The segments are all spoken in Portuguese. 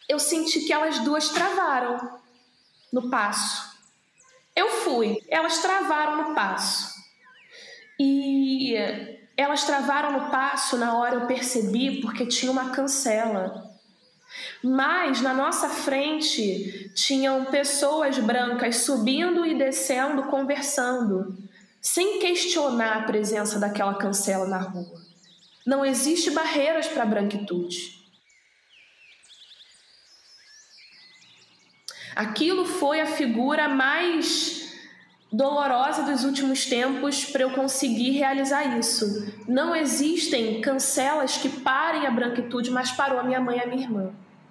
eu senti que elas duas travaram no passo. Eu fui, elas travaram no passo. E elas travaram no passo, na hora eu percebi, porque tinha uma cancela. Mas na nossa frente tinham pessoas brancas subindo e descendo, conversando, sem questionar a presença daquela cancela na rua. Não existe barreiras para a branquitude. Aquilo foi a figura mais dolorosa dos últimos tempos para eu conseguir realizar isso. Não existem cancelas que parem a branquitude, mas parou a minha mãe e a minha irmã.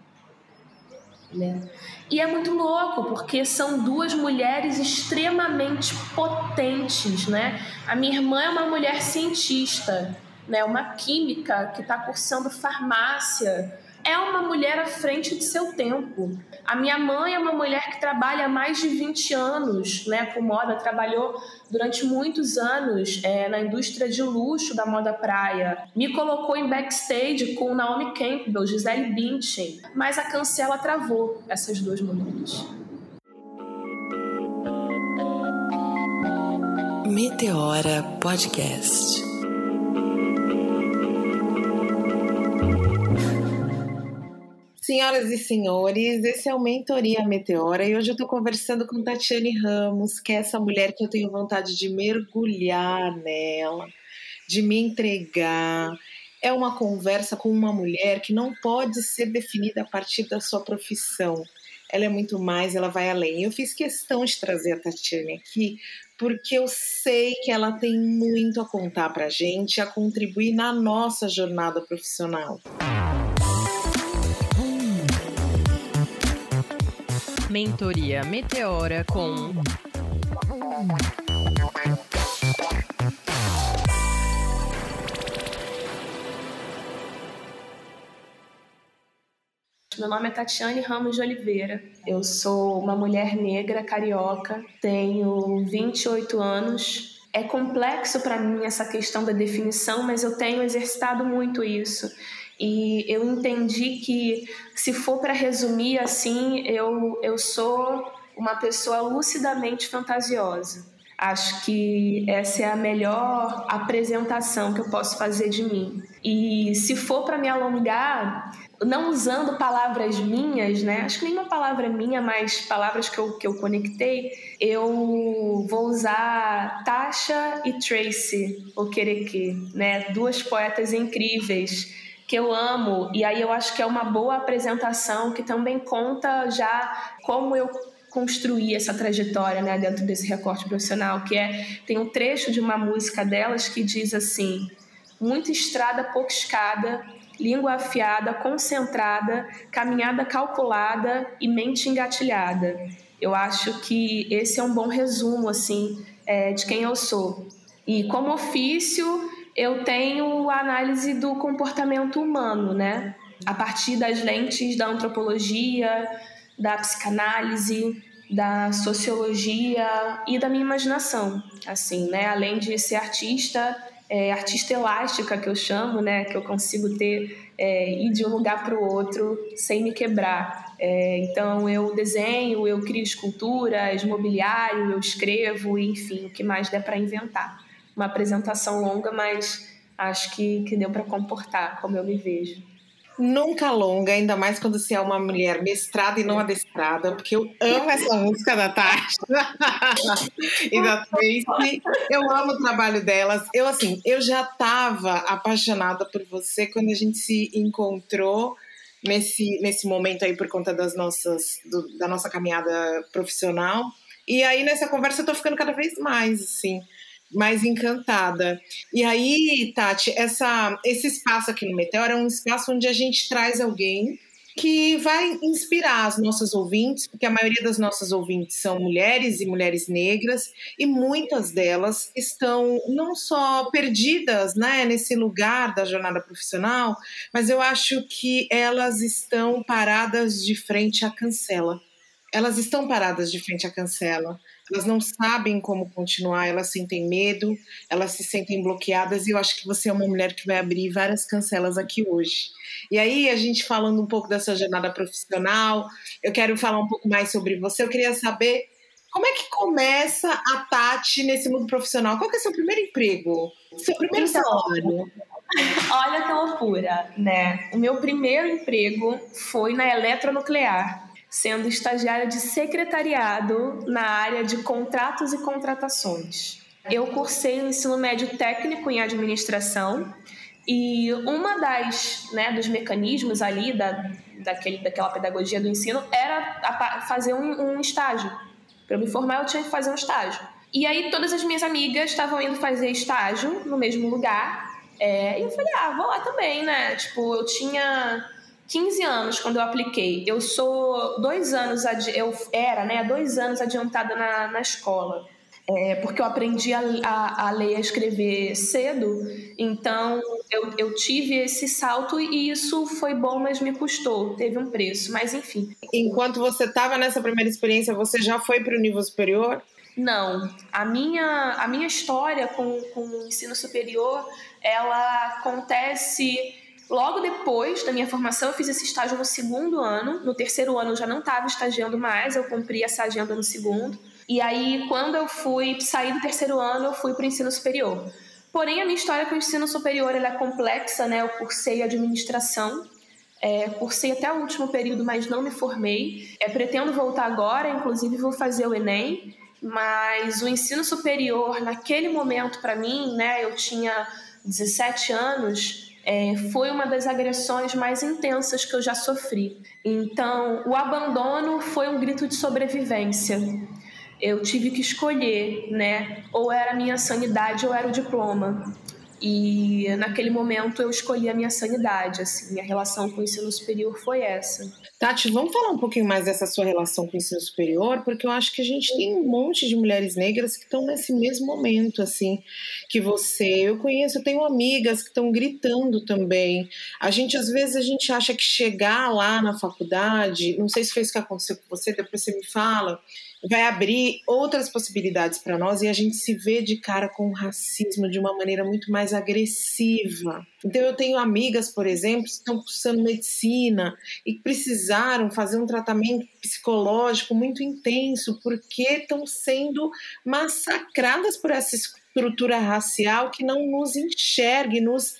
Né? E é muito louco, porque são duas mulheres extremamente potentes, né? A minha irmã é uma mulher cientista, né? Uma química que está cursando farmácia. É uma mulher à frente de seu tempo. A minha mãe é uma mulher que trabalha há mais de 20 anos, né, com moda, trabalhou durante muitos anos na indústria de luxo da moda praia. Me colocou em backstage com Naomi Campbell, Gisele Bündchen, mas a cancela travou essas duas mulheres. Meteora Podcast. Senhoras e senhores, esse é o Mentoria Meteora e hoje eu estou conversando com Tatiane Ramos, que é essa mulher que eu tenho vontade de mergulhar nela, de me entregar. É uma conversa com uma mulher que não pode ser definida a partir da sua profissão. Ela é muito mais, ela vai além. Eu fiz questão de trazer a Tatiane aqui porque eu sei que ela tem muito a contar para a gente, a contribuir na nossa jornada profissional. Mentoria Meteora com Meu nome é Tatiane Ramos de Oliveira. Eu sou uma mulher negra, carioca, tenho 28 anos. É complexo para mim essa questão da definição, mas eu tenho exercitado muito isso. E eu entendi que, se for para resumir assim, eu sou uma pessoa lucidamente fantasiosa. Acho que essa é a melhor apresentação que eu posso fazer de mim. E se for para me alongar, não usando palavras minhas, né? Acho que nenhuma palavra minha, mas palavras que eu conectei, eu vou usar Tasha e Tracy Okereke, né? Duas poetas incríveis que eu amo, e aí eu acho que é uma boa apresentação que também conta já como eu construir essa trajetória, né, dentro desse recorte profissional, tem um trecho de uma música delas que diz assim: muita estrada, pouca escada, língua afiada, concentrada, caminhada calculada e mente engatilhada. Eu acho que esse é um bom resumo assim, de quem eu sou. E como ofício, eu tenho a análise do comportamento humano, né? A partir das lentes da antropologia, da psicanálise, da sociologia e da minha imaginação, assim, né? Além de ser artista elástica, que eu chamo, né? Que eu consigo ir de um lugar para o outro sem me quebrar. Então, eu desenho, eu crio esculturas, mobiliário, eu escrevo, enfim, o que mais der para inventar. Uma apresentação longa, mas acho que deu para comportar como eu me vejo. Nunca longa, ainda mais quando você é uma mulher mestrada e não adestrada, porque eu amo essa música da Tati e da Tracy. Eu amo o trabalho delas. Eu já estava apaixonada por você quando a gente se encontrou nesse momento aí por conta da nossa caminhada profissional. E aí nessa conversa eu tô ficando cada vez mais, assim, mais encantada. E aí, Tati, esse espaço aqui no Meteora é um espaço onde a gente traz alguém que vai inspirar as nossas ouvintes, porque a maioria das nossas ouvintes são mulheres e mulheres negras, e muitas delas estão não só perdidas, né, nesse lugar da jornada profissional, mas eu acho que elas estão paradas de frente à cancela. Elas estão paradas de frente à cancela. elas não sabem como continuar, elas sentem medo, elas se sentem bloqueadas, e eu acho que você é uma mulher que vai abrir várias cancelas aqui hoje. E aí, a gente falando um pouco da sua jornada profissional, eu quero falar um pouco mais sobre você, eu queria saber como é que começa a Tati nesse mundo profissional? Qual que é o seu primeiro emprego? Seu primeiro salário? Olha que loucura, né? O meu primeiro emprego foi na Eletronuclear, sendo estagiária de secretariado na área de contratos e contratações. Eu cursei o ensino médio técnico em administração e uma dos mecanismos ali daquela pedagogia do ensino era fazer um estágio. Para eu me formar, eu tinha que fazer um estágio. E aí todas as minhas amigas estavam indo fazer estágio no mesmo lugar. E eu falei, vou lá também, né? Tipo, eu tinha 15 anos quando eu apliquei. Eu sou 2 anos, eu era, né, 2 anos adiantada na escola. Porque eu aprendi a ler e a escrever cedo, então eu tive esse salto e isso foi bom, mas me custou, teve um preço, mas enfim. Enquanto você estava nessa primeira experiência, você já foi para o nível superior? Não, a minha história com o ensino superior, ela acontece logo depois da minha formação. Eu fiz esse estágio no 2º ano, no 3º ano eu já não estava estagiando mais, eu cumpri essa agenda no 2º. E aí, quando eu fui sair do 3º ano, eu fui para o ensino superior. Porém, a minha história com o ensino superior ela é complexa, né? Eu cursei administração, cursei até o último período, mas não me formei. Pretendo voltar agora, inclusive vou fazer o Enem, mas o ensino superior, naquele momento para mim, né? Eu tinha 17 anos, foi uma das agressões mais intensas que eu já sofri. Então, o abandono foi um grito de sobrevivência. Eu tive que escolher, né? Ou era a minha sanidade ou era o diploma. E naquele momento eu escolhi a minha sanidade, assim, minha relação com o ensino superior foi essa. Tati, vamos falar um pouquinho mais dessa sua relação com o ensino superior, porque eu acho que a gente tem um monte de mulheres negras que estão nesse mesmo momento, assim, que você. Eu tenho amigas que estão gritando também. Às vezes a gente acha que chegar lá na faculdade, não sei se foi isso que aconteceu com você, depois você me fala, vai abrir outras possibilidades para nós e a gente se vê de cara com o racismo de uma maneira muito mais agressiva. Então eu tenho amigas, por exemplo, que estão cursando medicina e precisaram fazer um tratamento psicológico muito intenso porque estão sendo massacradas por essa estrutura racial que não nos enxerga e nos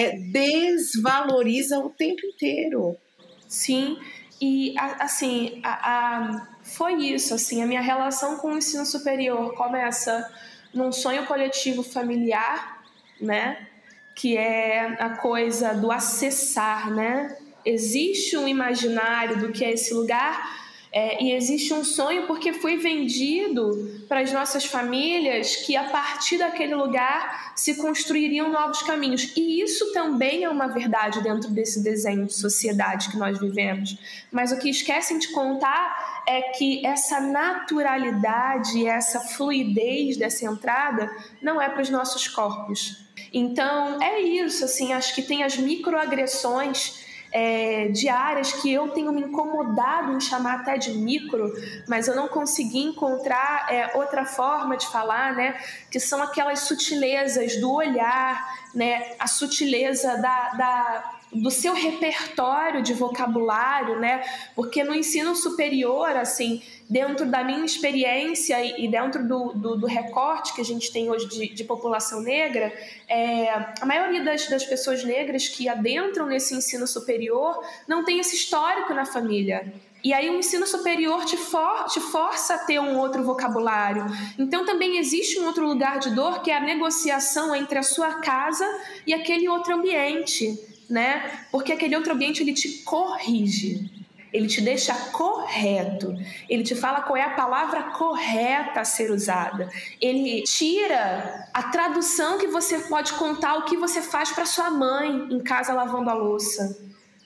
desvaloriza o tempo inteiro. Sim, e assim, foi isso, assim, a minha relação com o ensino superior começa num sonho coletivo familiar, né, que é a coisa do acessar, né, existe um imaginário do que é esse lugar, e existe um sonho porque foi vendido para as nossas famílias que a partir daquele lugar se construiriam novos caminhos. E isso também é uma verdade dentro desse desenho de sociedade que nós vivemos. Mas o que esquecem de contar é que essa naturalidade, essa fluidez dessa entrada não é para os nossos corpos. Então, é isso, assim, acho que tem as microagressões diárias que eu tenho me incomodado em chamar até de micro, mas eu não consegui encontrar outra forma de falar, né? Que são aquelas sutilezas do olhar, né? A sutileza do seu repertório de vocabulário, né? Porque no ensino superior, assim, dentro da minha experiência e dentro do recorte que a gente tem hoje de população negra, a maioria das pessoas negras que adentram nesse ensino superior não tem esse histórico na família. E aí o ensino superior te força a ter um outro vocabulário. Então também existe um outro lugar de dor, que é a negociação entre a sua casa e aquele outro ambiente, né? Porque aquele outro ambiente ele te corrige. Ele te deixa correto, ele te fala qual é a palavra correta a ser usada. Ele tira a tradução que você pode contar o que você faz para sua mãe em casa lavando a louça,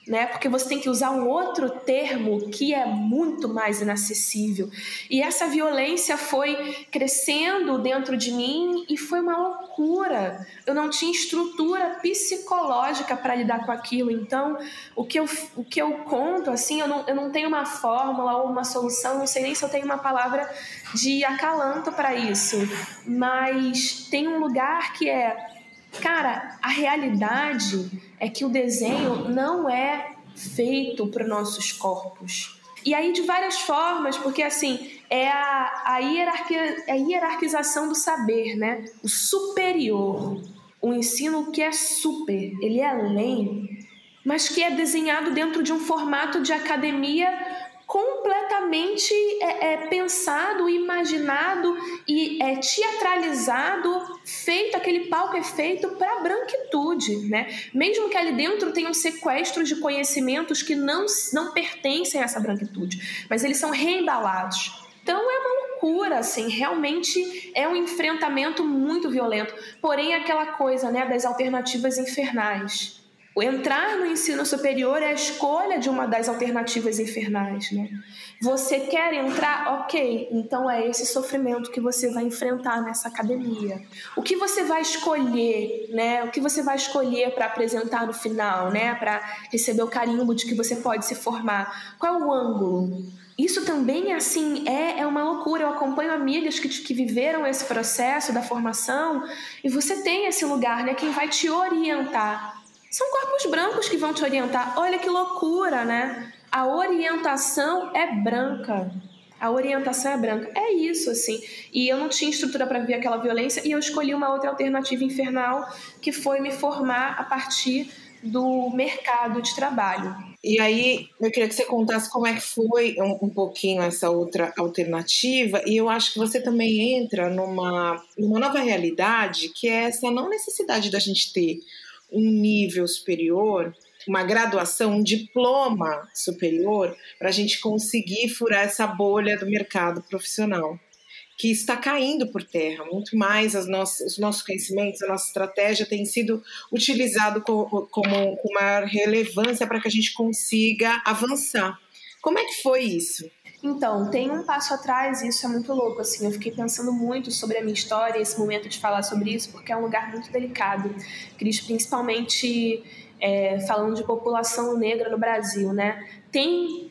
né? Porque você tem que usar um outro termo que é muito mais inacessível. E essa violência foi crescendo dentro de mim e foi uma loucura. Eu não tinha estrutura psicológica para lidar com aquilo. Então, o que eu conto, assim, eu não tenho uma fórmula ou uma solução, não sei nem se eu tenho uma palavra de acalanto para isso. Mas tem um lugar que cara, a realidade é que o desenho não é feito para os nossos corpos. E aí de várias formas, porque assim, é a hierarquização do saber, né? O superior, o ensino que é super, ele é além, mas que é desenhado dentro de um formato de academia completamente pensado, imaginado e teatralizado, feito, aquele palco é feito para a branquitude, né? Mesmo que ali dentro tenham sequestros de conhecimentos que não pertencem a essa branquitude, mas eles são reembalados. Então é uma loucura, assim, realmente é um enfrentamento muito violento, porém aquela coisa, né, das alternativas infernais. O entrar no ensino superior é a escolha de uma das alternativas infernais, né? Você quer entrar? Ok, então é esse sofrimento que você vai enfrentar nessa academia. O que você vai escolher, né? O que você vai escolher para apresentar no final, né? Para receber o carimbo de que você pode se formar. Qual é o ângulo? Isso também, assim, é uma loucura. Eu acompanho amigas que viveram esse processo da formação e você tem esse lugar, né? Quem vai te orientar são corpos brancos que vão te orientar. Olha que loucura, né? A orientação é branca. A orientação é branca. É isso, assim. E eu não tinha estrutura para ver aquela violência e eu escolhi uma outra alternativa infernal, que foi me formar a partir do mercado de trabalho. E aí, eu queria que você contasse como é que foi um pouquinho essa outra alternativa, e eu acho que você também entra numa nova realidade, que é essa não necessidade da gente ter um nível superior, uma graduação, um diploma superior, para a gente conseguir furar essa bolha do mercado profissional, que está caindo por terra. Muito mais os nossos conhecimentos, a nossa estratégia tem sido utilizado com maior relevância para que a gente consiga avançar. Como é que foi isso? Então, tem um passo atrás, e isso é muito louco, assim, eu fiquei pensando muito sobre a minha história, esse momento de falar sobre isso, porque é um lugar muito delicado, Cris, principalmente falando de população negra no Brasil, né? Tem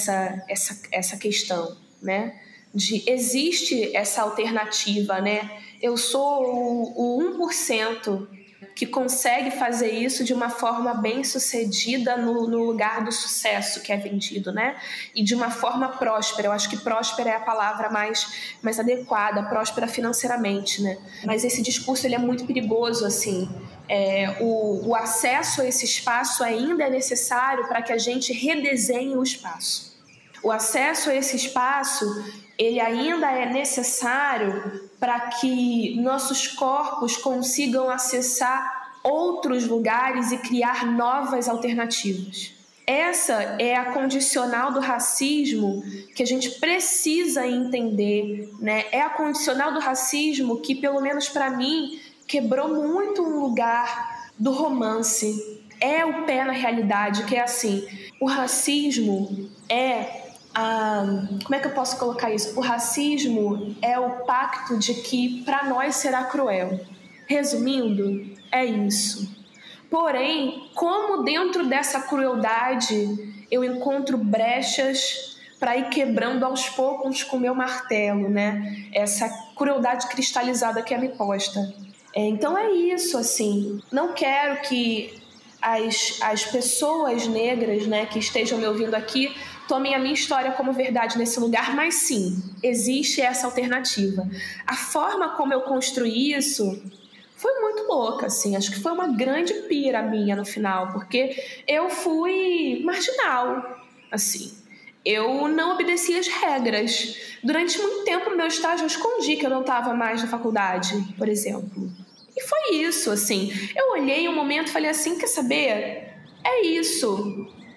essa questão, né? Existe essa alternativa, né? Eu sou o 1% que consegue fazer isso de uma forma bem sucedida no lugar do sucesso que é vendido, né? E de uma forma próspera. Eu acho que próspera é a palavra mais adequada, próspera financeiramente, né? Mas esse discurso ele é muito perigoso, assim. O acesso a esse espaço ainda é necessário para que a gente redesenhe o espaço. O acesso a esse espaço ele ainda é necessário para que nossos corpos consigam acessar outros lugares e criar novas alternativas. Essa é a condicional do racismo que a gente precisa entender, né? É a condicional do racismo que, pelo menos para mim, quebrou muito um lugar do romance. É o pé na realidade, que é assim, o racismo como é que eu posso colocar isso? O racismo é o pacto de que para nós será cruel. Resumindo, é isso. Porém, como dentro dessa crueldade eu encontro brechas para ir quebrando aos poucos com o meu martelo, né? Essa crueldade cristalizada que é me posta. Então é isso, assim. Não quero que as pessoas negras, né, que estejam me ouvindo aqui tomem a minha história como verdade nesse lugar, mas sim, existe essa alternativa. A forma como eu construí isso foi muito louca, assim, acho que foi uma grande pira minha no final, porque eu fui marginal, assim, eu não obedecia as regras. Durante muito tempo no meu estágio eu escondi que eu não estava mais na faculdade, por exemplo. E foi isso, assim, eu olhei um momento e falei assim, quer saber? É isso.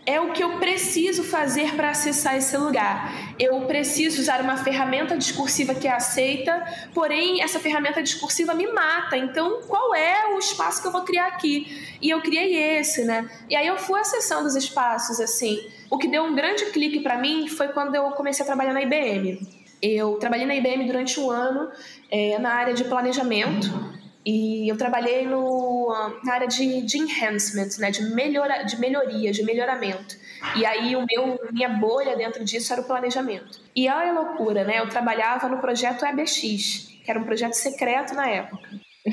é o que eu preciso fazer para acessar esse lugar. Eu preciso usar uma ferramenta discursiva que é aceita, porém essa ferramenta discursiva me mata. Então, qual é o espaço que eu vou criar aqui? E eu criei esse, né? E aí eu fui acessando os espaços, assim. O que deu um grande clique para mim foi quando eu comecei a trabalhar na IBM. Eu trabalhei na IBM durante um ano na área de planejamento. E eu trabalhei na área de enhancement, né, de melhoria, de melhoramento. E aí minha bolha dentro disso era o planejamento. E olha a loucura, né? Eu trabalhava no projeto EBX, que era um projeto secreto na época.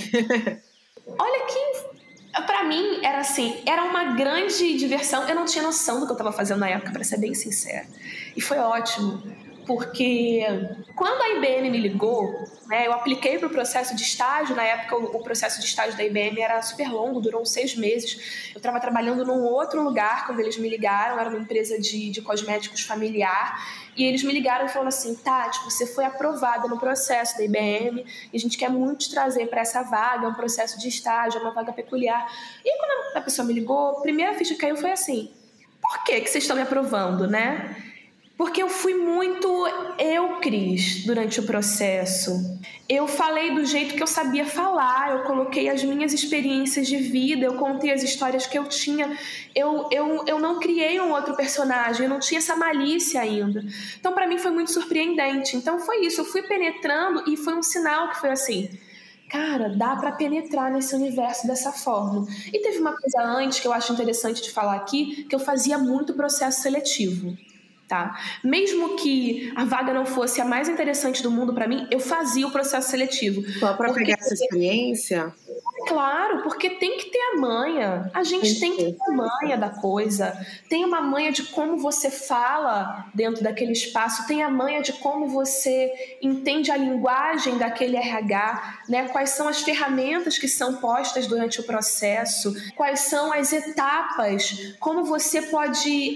Olha que, pra mim, era assim, era uma grande diversão. Eu não tinha noção do que eu estava fazendo na época, para ser bem sincera. E foi ótimo. Porque quando a IBM me ligou, né, eu apliquei para o processo de estágio. Na época, o processo de estágio da IBM era super longo, durou 6 meses. Eu estava trabalhando num outro lugar quando eles me ligaram, era uma empresa de cosméticos familiar. E eles me ligaram e falaram assim: Tati, você foi aprovada no processo da IBM e a gente quer muito te trazer para essa vaga, é um processo de estágio, é uma vaga peculiar. E aí, quando a pessoa me ligou, a primeira ficha que caiu foi assim: por que vocês estão me aprovando, né? Porque eu fui muito Cris, durante o processo. Eu falei do jeito que eu sabia falar, eu coloquei as minhas experiências de vida, eu contei as histórias que eu tinha. Eu não criei um outro personagem, eu não tinha essa malícia ainda. Então, para mim, foi muito surpreendente. Então, foi isso, eu fui penetrando e foi um sinal que foi assim: cara, dá para penetrar nesse universo dessa forma. E teve uma coisa antes que eu acho interessante de falar aqui, que eu fazia muito processo seletivo. Tá? Mesmo que a vaga não fosse a mais interessante do mundo para mim, eu fazia o processo seletivo. Só para pegar essa experiência? Claro, porque tem que ter a manha. A gente tem que ter a manha da coisa. Tem uma manha de como você fala dentro daquele espaço, tem a manha de como você entende a linguagem daquele RH, né? Quais são as ferramentas que são postas durante o processo, quais são as etapas, como você pode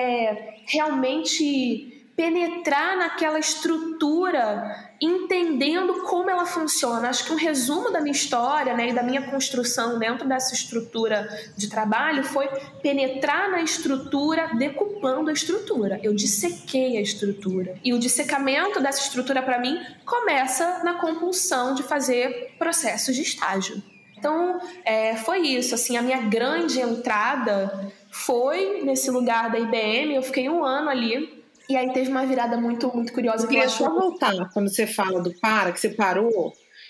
realmente penetrar naquela estrutura, entendendo como ela funciona. Acho que um resumo da minha história, né, e da minha construção dentro dessa estrutura de trabalho foi penetrar na estrutura, decupando a estrutura. Eu dissequei a estrutura. E o dissecamento dessa estrutura, para mim, começa na compulsão de fazer processos de estágio. Então, foi isso. Assim, a minha grande entrada foi nesse lugar da IBM. Eu fiquei 1 ano ali. E aí teve uma virada muito, muito curiosa. Eu queria só voltar, quando você fala do que você parou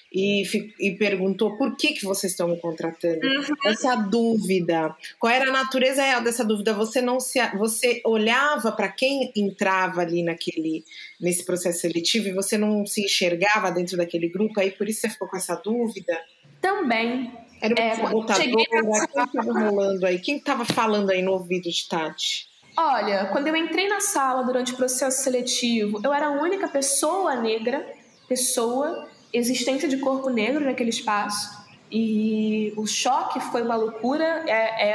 e perguntou por que vocês estão me contratando. Essa dúvida, qual era a natureza real dessa dúvida? Você olhava para quem entrava ali nesse processo seletivo e você não se enxergava dentro daquele grupo, aí por isso você ficou com essa dúvida? Também. Era uma sabotadora, quem estava rolando aí? Quem estava falando aí no ouvido de Tati? Olha, quando eu entrei na sala durante o processo seletivo, eu era a única pessoa negra, existência de corpo negro naquele espaço. E o choque foi uma loucura.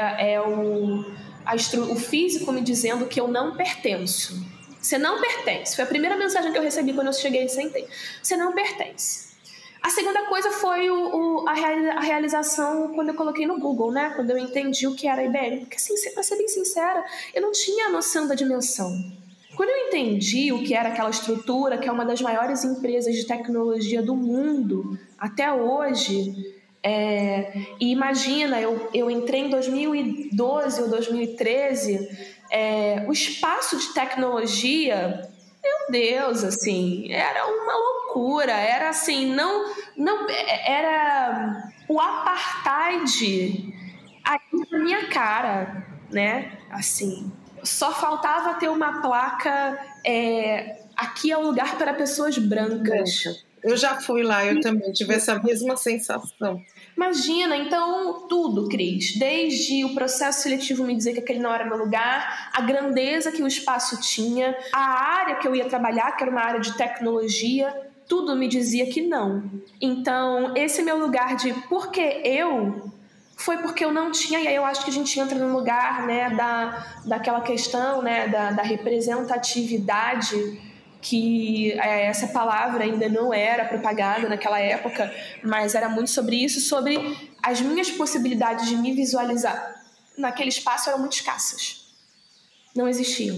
O físico me dizendo que eu não pertenço. Você não pertence. Foi a primeira mensagem que eu recebi quando eu cheguei e sentei. Você não pertence. A segunda coisa foi a realização quando eu coloquei no Google, né? Quando eu entendi o que era a IBM. Porque, assim, pra ser bem sincera, eu não tinha noção da dimensão. Quando eu entendi o que era aquela estrutura, que é uma das maiores empresas de tecnologia do mundo até hoje, e imagina, eu entrei em 2012 ou 2013, o espaço de tecnologia... Meu Deus, assim, era uma loucura, era assim, não era o apartheid aí na minha cara, né? Assim, só faltava ter uma placa, aqui é o lugar para pessoas brancas. Eu já fui lá, eu também tive essa mesma sensação. Imagina, então, tudo, Cris. Desde o processo seletivo me dizer que aquele não era meu lugar, a grandeza que o espaço tinha, a área que eu ia trabalhar, que era uma área de tecnologia, tudo me dizia que não. Então, esse meu lugar de por que eu... foi porque eu não tinha, e aí eu acho que a gente entra no lugar, né, daquela questão, né, da representatividade, que essa palavra ainda não era propagada naquela época, mas era muito sobre isso, sobre as minhas possibilidades de me visualizar naquele espaço eram muito escassas. não existiam.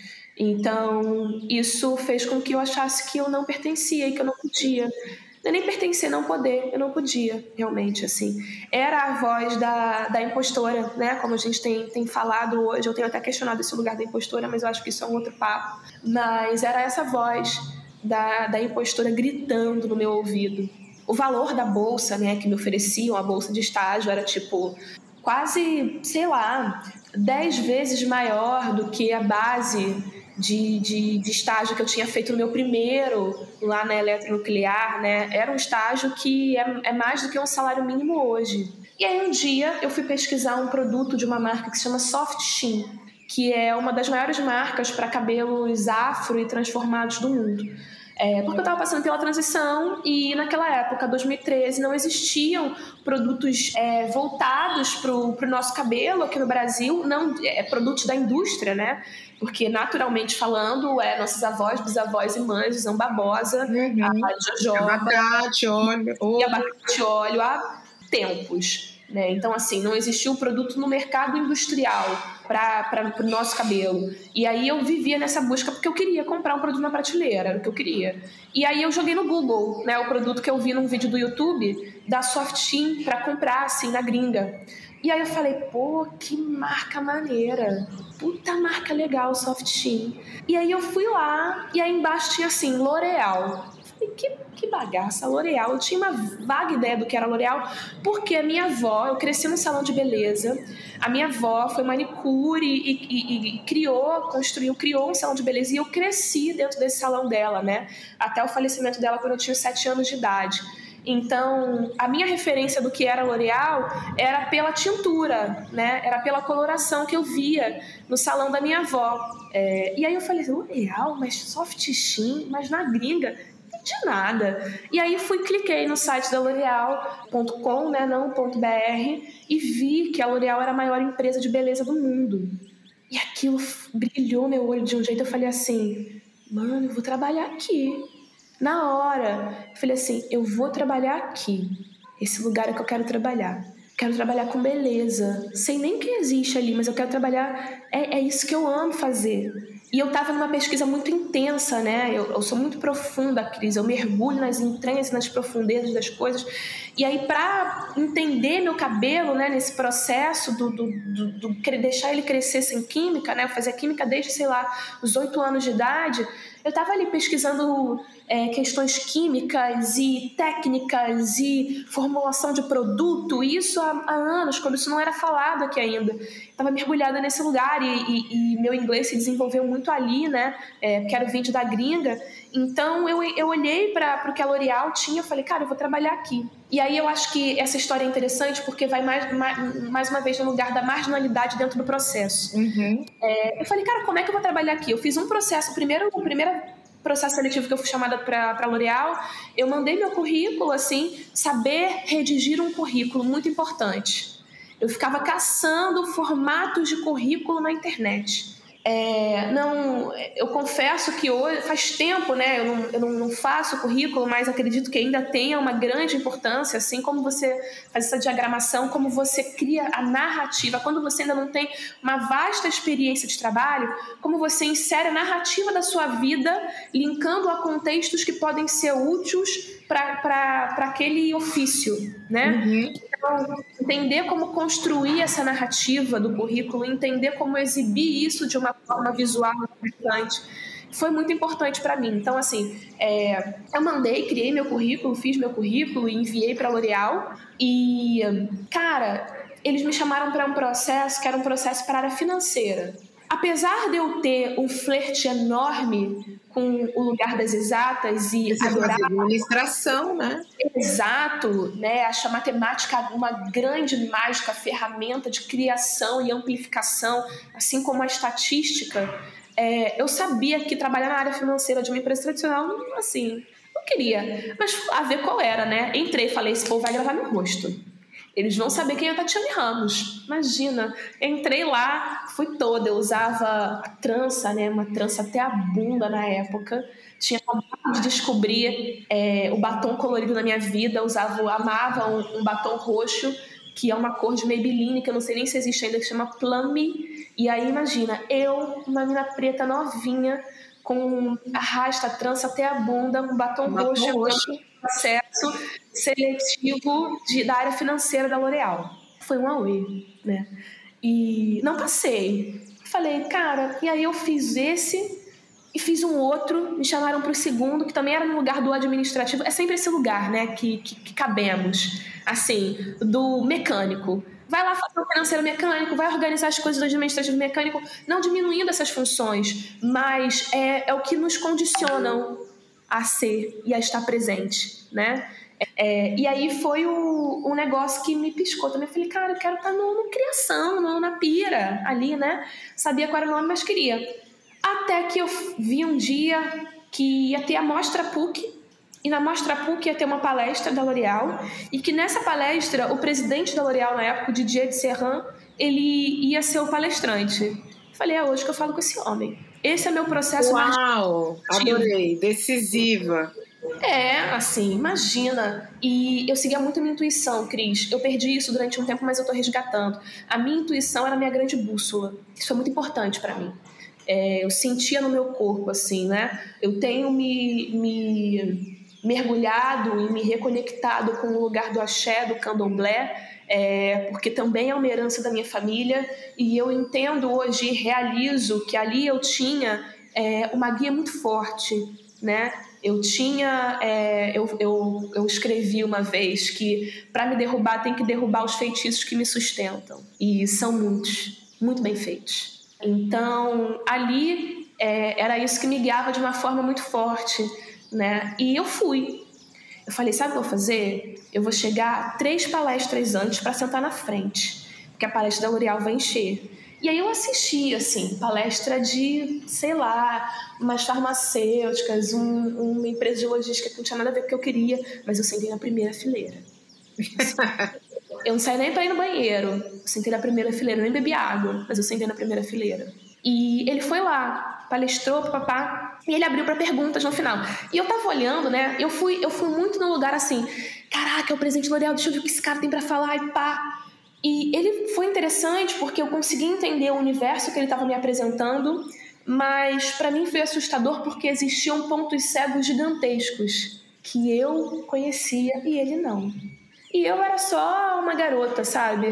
Então, isso fez com que eu achasse que eu não pertencia e que eu não podia. Não é nem pertencer, não poder. Eu não podia, realmente, assim. Era a voz da impostora, né? Como a gente tem falado hoje. Eu tenho até questionado esse lugar da impostora, mas eu acho que isso é um outro papo. Mas era essa voz da impostora gritando no meu ouvido. O valor da bolsa, né, que me ofereciam, a bolsa de estágio, era tipo quase, sei lá, 10 vezes maior do que a base de estágio que eu tinha feito no meu primeiro lá na eletronuclear, né? Era um estágio que é mais do que um salário mínimo hoje. E aí um dia eu fui pesquisar um produto de uma marca que se chama Soft Sheen, que é uma das maiores marcas para cabelos afro e transformados do mundo. Porque eu estava passando pela transição e naquela época, 2013, não existiam produtos voltados para o nosso cabelo aqui no Brasil, não produtos da indústria, né? Porque naturalmente falando, nossas avós, bisavós e mães usam babosa, a jojoba, abacate, óleo, e abacate óleo há tempos. Né? Então, assim, não existia um produto no mercado industrial para o nosso cabelo. E aí eu vivia nessa busca porque eu queria comprar um produto na prateleira, era o que eu queria. E aí eu joguei no Google, né, o produto que eu vi num vídeo do YouTube da Soft Sheen para comprar, assim, na gringa. E aí eu falei, pô, que marca maneira. Puta marca legal, Soft Sheen. E aí eu fui lá e aí embaixo tinha assim, L'Oréal. Que bagaça, L'Oréal. Eu tinha uma vaga ideia do que era L'Oréal, porque a minha avó, eu cresci num salão de beleza, a minha avó foi manicure e criou um salão de beleza, e eu cresci dentro desse salão dela, né? Até o falecimento dela quando eu tinha 7 anos de idade. Então, a minha referência do que era L'Oréal era pela tintura, né? Era pela coloração que eu via no salão da minha avó. E aí eu falei, L'Oréal, mas Soft Sheen, mas na gringa, de nada. E aí cliquei no site da L'Oréal.com, né, não .br, e vi que a L'Oréal era a maior empresa de beleza do mundo. E aquilo brilhou meu olho de um jeito, eu falei assim, mano, eu vou trabalhar aqui. Na hora, eu falei assim, eu vou trabalhar aqui. Esse lugar é que eu quero trabalhar. Quero trabalhar com beleza. Sei nem que existe ali, mas eu quero trabalhar... É isso que eu amo fazer. E eu estava numa pesquisa muito intensa, né? Eu sou muito profunda, Cris. Eu mergulho nas entranhas e nas profundezas das coisas. E aí, para entender meu cabelo, né, nesse processo do deixar ele crescer sem química, né? Eu fazia química desde, sei lá, os 8 anos de idade. Eu estava ali pesquisando questões químicas e técnicas e formulação de produto, isso há anos, quando isso não era falado aqui ainda. Estava mergulhada nesse lugar e meu inglês se desenvolveu muito ali, né? Que era o vídeo da gringa. Então eu olhei para o que a L'Oréal tinha e falei, cara, eu vou trabalhar aqui. E aí eu acho que essa história é interessante porque vai mais uma vez no lugar da marginalidade dentro do processo. Uhum. Eu falei, cara, como é que eu vou trabalhar aqui? Eu fiz um processo, o primeiro processo seletivo que eu fui chamada para a L'Oréal, eu mandei meu currículo, assim, saber redigir um currículo, muito importante. Eu ficava caçando formatos de currículo na internet. Eu confesso que hoje, faz tempo, né, eu não faço currículo, mas acredito que ainda tenha uma grande importância, assim como você faz essa diagramação, como você cria a narrativa, quando você ainda não tem uma vasta experiência de trabalho, como você insere a narrativa da sua vida, linkando a contextos que podem ser úteis para aquele ofício, né? Uhum. Então, entender como construir essa narrativa do currículo, entender como exibir isso de uma forma visual interessante, foi muito importante para mim. Então, assim, eu criei meu currículo, fiz meu currículo e enviei para a L'Oréal e, cara, eles me chamaram para um processo que era um processo para a área financeira. Apesar de eu ter um flerte enorme com o lugar das exatas e você adorar fazia administração, né? Exato, né? Acho a matemática uma grande mágica ferramenta de criação e amplificação, assim como a estatística. Eu sabia que trabalhar na área financeira de uma empresa tradicional, assim, não queria, mas a ver qual era, né? Entrei e falei, esse povo vai gravar meu rosto. Eles vão saber quem é a Tatiane Ramos. Imagina, entrei lá, fui toda, eu usava a trança, né? Uma trança até a bunda na época. Tinha acabado de descobrir o batom colorido na minha vida, amava um batom roxo. que é uma cor de Maybelline, que eu não sei nem se existe ainda, que chama Plummy. E aí, imagina, eu, uma mina preta novinha, com a rasta, trança até a bunda, um batom roxo, processo seletivo da área financeira da L'Oréal. Foi um auê, né? E não passei. Falei, cara, e aí eu fiz esse e fiz um outro, me chamaram para o segundo, que também era no lugar do administrativo. É sempre esse lugar, né, que cabemos, assim, do mecânico. Vai lá fazer o financeiro mecânico, vai organizar as coisas do administrativo mecânico, não diminuindo essas funções, mas é o que nos condicionam a ser e a estar presente, né? E aí foi um negócio que me piscou também. Eu falei, cara, eu quero estar no criação, na pira ali, né? Sabia qual era o nome, mas queria. Até que eu vi um dia que ia ter a Mostra PUC, e na Mostra PUC ia ter uma palestra da L'Oréal, e que nessa palestra o presidente da L'Oréal na época, o Didier Desserran, ele ia ser o palestrante. Falei, é hoje que eu falo com esse homem. Esse é meu processo. Uau, adorei, decisiva. Assim, imagina. E eu seguia muito a minha intuição, Cris. Eu perdi isso durante um tempo, mas eu tô resgatando. A minha intuição era a minha grande bússola. Isso é muito importante para mim. Eu sentia no meu corpo, assim, né? Eu tenho me mergulhado e me reconectado com o lugar do axé, do candomblé, porque também é uma herança da minha família, e eu entendo hoje e realizo que ali eu tinha uma guia muito forte, né? Eu tinha, eu escrevi uma vez que para me derrubar tem que derrubar os feitiços que me sustentam, e são muitos, muito bem feitos. Então, ali era isso que me guiava de uma forma muito forte, né? E eu fui. Eu falei, sabe o que eu vou fazer? Eu vou chegar 3 palestras antes para sentar na frente, porque a palestra da L'Oréal vai encher. E aí eu assisti, assim, palestra de, sei lá, umas farmacêuticas, uma empresa de logística que não tinha nada a ver com o que eu queria, mas eu sentei na primeira fileira. Eu não saí nem para ir no banheiro. Eu sentei na primeira fileira, eu nem bebi água, mas eu sentei na primeira fileira. E ele foi lá, palestrou, papá, e ele abriu para perguntas no final. E eu tava olhando, né? Eu fui muito no lugar assim, caraca, é o presidente L'Oréal, deixa eu ver o que esse cara tem para falar, e pá. E ele foi interessante porque eu consegui entender o universo que ele estava me apresentando, mas para mim foi assustador porque existiam pontos cegos gigantescos que eu conhecia e ele não. E eu era só uma garota, sabe?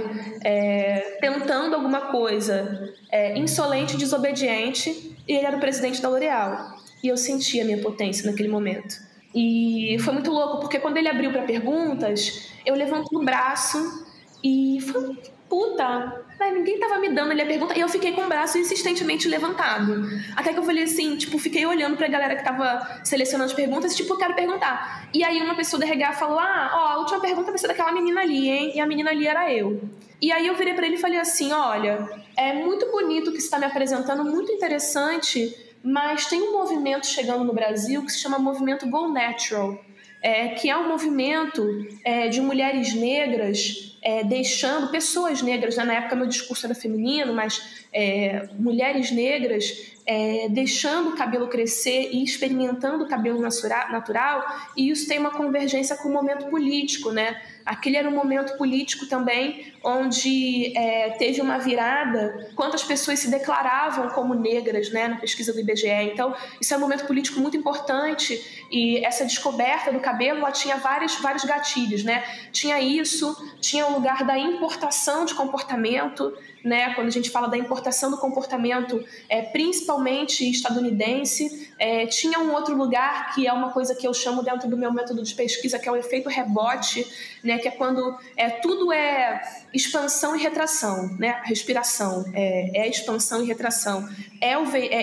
Tentando alguma coisa, insolente, desobediente, e ele era o presidente da L'Oréal. E eu sentia a minha potência naquele momento. E foi muito louco, porque quando ele abriu para perguntas, eu levantei o braço e falei, puta, ninguém tava me dando ali a pergunta. E eu fiquei com o braço insistentemente levantado. Até que eu falei assim, fiquei olhando pra galera que tava selecionando as perguntas, eu quero perguntar. E aí uma pessoa do RH falou, a última pergunta vai ser daquela menina ali, hein? E a menina ali era eu. E aí eu virei pra ele e falei assim, olha, é muito bonito o que você tá me apresentando, muito interessante, mas tem um movimento chegando no Brasil que se chama Movimento Go Natural, que é um movimento de mulheres negras deixando, pessoas negras, né? Na época meu discurso era feminino, mas mulheres negras deixando o cabelo crescer e experimentando o cabelo natural, e isso tem uma convergência com o momento político, né? Aquele era um momento político também onde teve uma virada, quantas pessoas se declaravam como negras, né, na pesquisa do IBGE. Então, isso é um momento político muito importante, e essa descoberta do cabelo, ela tinha vários gatilhos, né? Tinha isso, tinha o lugar da importação de comportamento, né? Quando a gente fala da importação do comportamento, principalmente estadunidense, tinha um outro lugar que é uma coisa que eu chamo dentro do meu método de pesquisa, que é o efeito rebote, né? Que é quando tudo é expansão e retração, né? A respiração é expansão e retração, é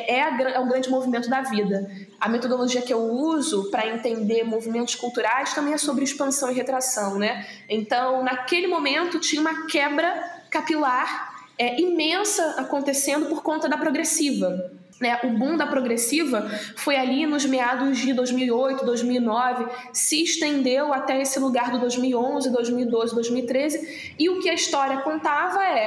o grande movimento da vida. A metodologia que eu uso para entender movimentos culturais também é sobre expansão e retração, né? Então, naquele momento tinha uma quebra capilar imensa acontecendo por conta da progressiva. O boom da progressiva foi ali nos meados de 2008, 2009, se estendeu até esse lugar do 2011, 2012, 2013, e o que a história contava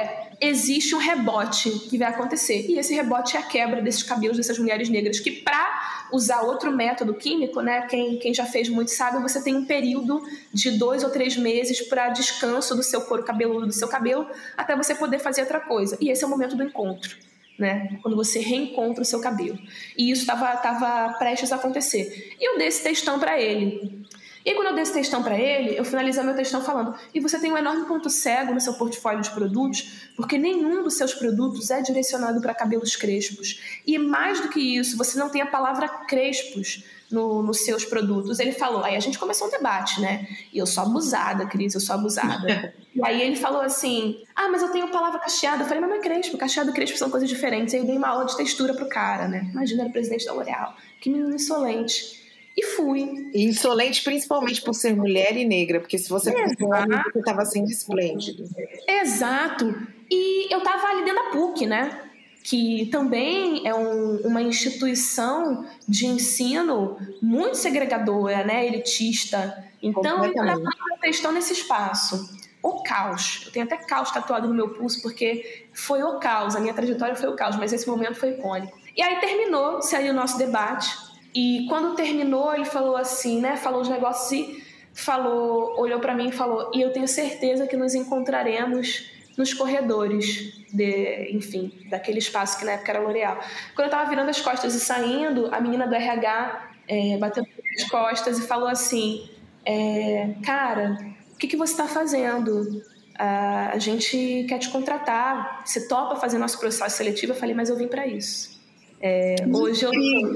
existe um rebote que vai acontecer. E esse rebote é a quebra desses cabelos dessas mulheres negras, que para usar outro método químico, né, quem já fez muito sabe, você tem um período de 2 ou 3 meses para descanso do seu couro cabeludo, do seu cabelo, até você poder fazer outra coisa. E esse é o momento do encontro, né? Quando você reencontra o seu cabelo. E isso estava prestes a acontecer. E eu dei esse textão para ele. E aí, quando eu dei esse textão para ele, eu finalizei meu textão falando: e você tem um enorme ponto cego no seu portfólio de produtos, porque nenhum dos seus produtos é direcionado para cabelos crespos. E mais do que isso, você não tem a palavra crespos nos seus produtos. Ele falou, aí a gente começou um debate, né? E eu sou abusada, Cris, eu sou abusada. E aí ele falou assim, mas eu tenho a palavra cacheado. Eu falei, mas não é crespo, cacheado e crespo são coisas diferentes. Aí eu dei uma aula de textura pro cara, né? Imagina, era o presidente da L'Oréal. Que menino insolente. E fui. E insolente principalmente por ser mulher e negra, porque se você fosse homem, você estava sendo esplêndido. Exato. E eu estava ali dentro da PUC, né? Que também é uma instituição de ensino muito segregadora, né? Elitista. Então, eu estava testando nesse espaço. O caos. Eu tenho até caos tatuado no meu pulso, porque foi o caos. A minha trajetória foi o caos, mas esse momento foi icônico. E aí terminou, saiu o nosso debate. E quando terminou, ele falou assim, né? Falou os negócios e olhou para mim e falou: e eu tenho certeza que nos encontraremos nos corredores, daquele espaço que na época era L'Oréal. Quando eu tava virando as costas e saindo, a menina do RH bateu as costas e falou assim: cara, o que você está fazendo? A gente quer te contratar. Você topa fazer nosso processo seletivo? Eu falei, mas eu vim para isso. Hoje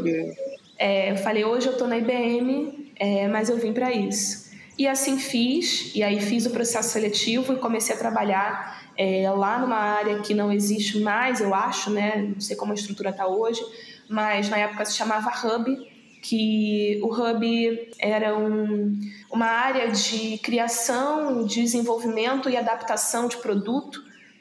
eu tô na IBM, mas eu vim para isso. E assim fiz, e aí fiz o processo seletivo e comecei a trabalhar lá numa área que não existe mais, eu acho, né? Não sei como a estrutura está hoje, mas na época se chamava Hub, que o Hub era uma área de criação, desenvolvimento e adaptação de produto,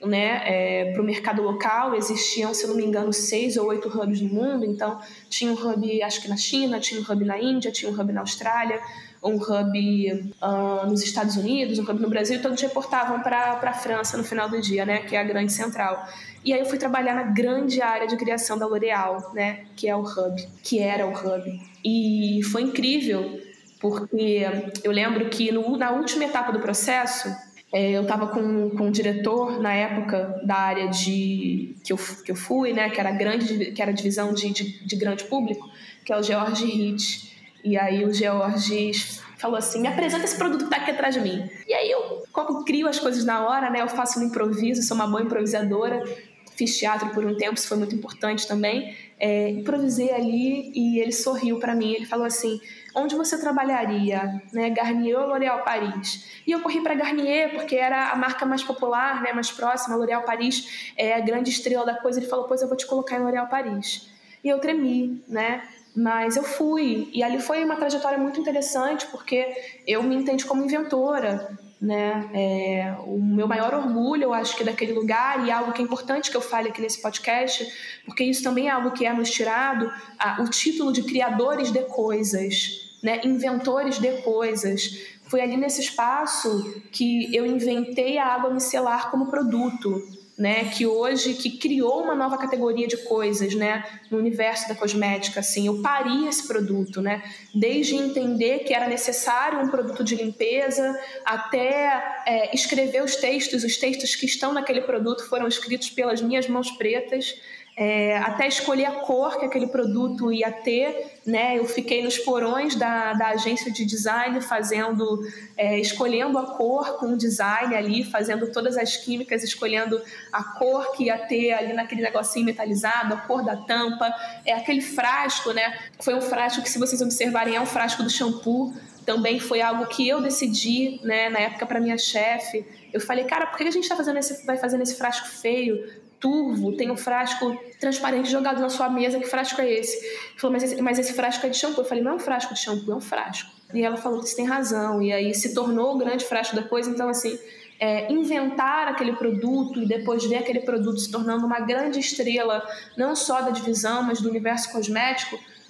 né, para o mercado local. Existiam, se não me engano, 6 ou 8 hubs no mundo. Então tinha um hub, acho que na China, tinha um hub na Índia, tinha um hub na Austrália, um hub nos Estados Unidos, um hub no Brasil, e todos reportavam para a França no final do dia, né, que é a grande central. E aí eu fui trabalhar na grande área de criação da L'Oréal, né, que é o Hub, que era o Hub. E foi incrível, porque eu lembro que na última etapa do processo, eu estava com um diretor na época da área que eu fui, né, que era a divisão de grande público, que é o George Hitch. E aí o George falou assim: me apresenta esse produto que está aqui atrás de mim. E aí eu crio as coisas na hora, né, eu faço um improviso, sou uma boa improvisadora. Fiz teatro por um tempo, isso foi muito importante também. Improvisei ali e ele sorriu para mim. Ele falou assim: onde você trabalharia? Né, Garnier ou L'Oréal Paris? E eu corri para Garnier porque era a marca mais popular, né, mais próxima. L'Oréal Paris é a grande estrela da coisa. Ele falou: pois eu vou te colocar em L'Oréal Paris. E eu tremi, né? Mas eu fui. E ali foi uma trajetória muito interessante, porque eu me entendo como inventora, né? O meu maior orgulho, eu acho que daquele lugar, e algo que é importante que eu fale aqui nesse podcast, porque isso também é algo que é nos tirado, o título de criadores de coisas, né? Inventores de coisas. Foi ali nesse espaço que eu inventei a água micelar como produto, né, que criou uma nova categoria de coisas, né, no universo da cosmética. Assim, eu pari esse produto, né, desde entender que era necessário um produto de limpeza até escrever os textos que estão naquele produto foram escritos pelas minhas mãos pretas, até escolher a cor que aquele produto ia ter, né? Eu fiquei nos porões da agência de design escolhendo a cor com o design ali, fazendo todas as químicas, escolhendo a cor que ia ter ali naquele negocinho metalizado, a cor da tampa, aquele frasco, né? Foi um frasco que, se vocês observarem, é um frasco do shampoo. Também foi algo que eu decidi, né, na época, para minha chefe. Eu falei: cara, por que a gente vai fazendo esse frasco feio, turvo, tem um frasco transparente jogado na sua mesa, que frasco é esse? Ele falou: mas esse frasco é de shampoo. Eu falei: não é um frasco de shampoo, é um frasco. E ela falou que você tem razão, e aí se tornou o grande frasco da coisa. Então, assim, inventar aquele produto e depois ver aquele produto se tornando uma grande estrela, não só da divisão, mas do universo cosmético,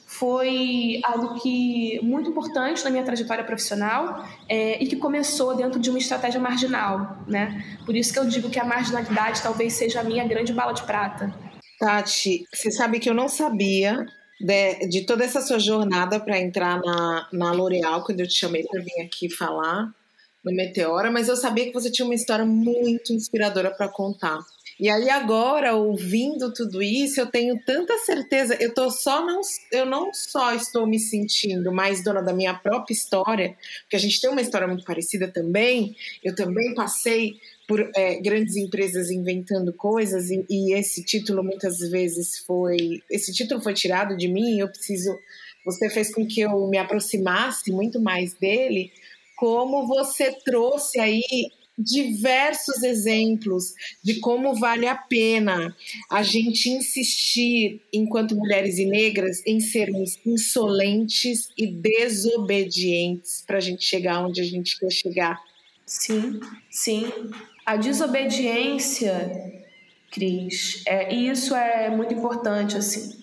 foi algo que muito importante na minha trajetória profissional e que começou dentro de uma estratégia marginal, né? Por isso que eu digo que a marginalidade talvez seja a minha grande bala de prata. Tati, você sabe que eu não sabia de toda essa sua jornada para entrar na L'Oréal, quando eu te chamei para vir aqui falar no Meteora, mas eu sabia que você tinha uma história muito inspiradora para contar. E aí agora, ouvindo tudo isso, eu tenho tanta certeza, eu não só estou me sentindo mais dona da minha própria história, porque a gente tem uma história muito parecida também, eu também passei por grandes empresas inventando coisas e esse título muitas vezes foi tirado de mim, você fez com que eu me aproximasse muito mais dele, como você trouxe aí diversos exemplos de como vale a pena a gente insistir, enquanto mulheres e negras, em sermos insolentes e desobedientes para a gente chegar onde a gente quer chegar. Sim, sim. A desobediência, Cris, e isso é muito importante, assim.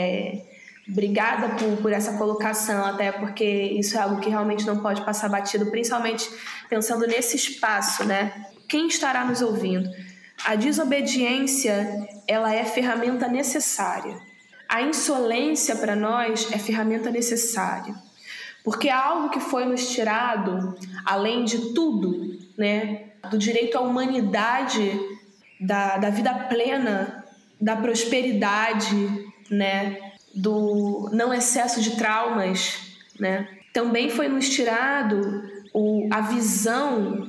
Obrigada por essa colocação, até porque isso é algo que realmente não pode passar batido, principalmente pensando nesse espaço, né? Quem estará nos ouvindo? A desobediência, ela é ferramenta necessária. A insolência, para nós, é ferramenta necessária. Porque é algo que foi nos tirado, além de tudo, né? Do direito à humanidade, da vida plena, da prosperidade, né? Do não excesso de traumas, né? Também foi nos tirado a visão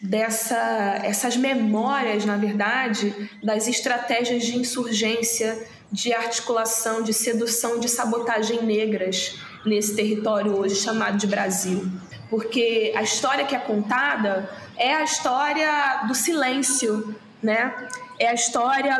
essas memórias, na verdade, das estratégias de insurgência, de articulação, de sedução, de sabotagem negras nesse território hoje chamado de Brasil. Porque a história que é contada é a história do silêncio, né? É a história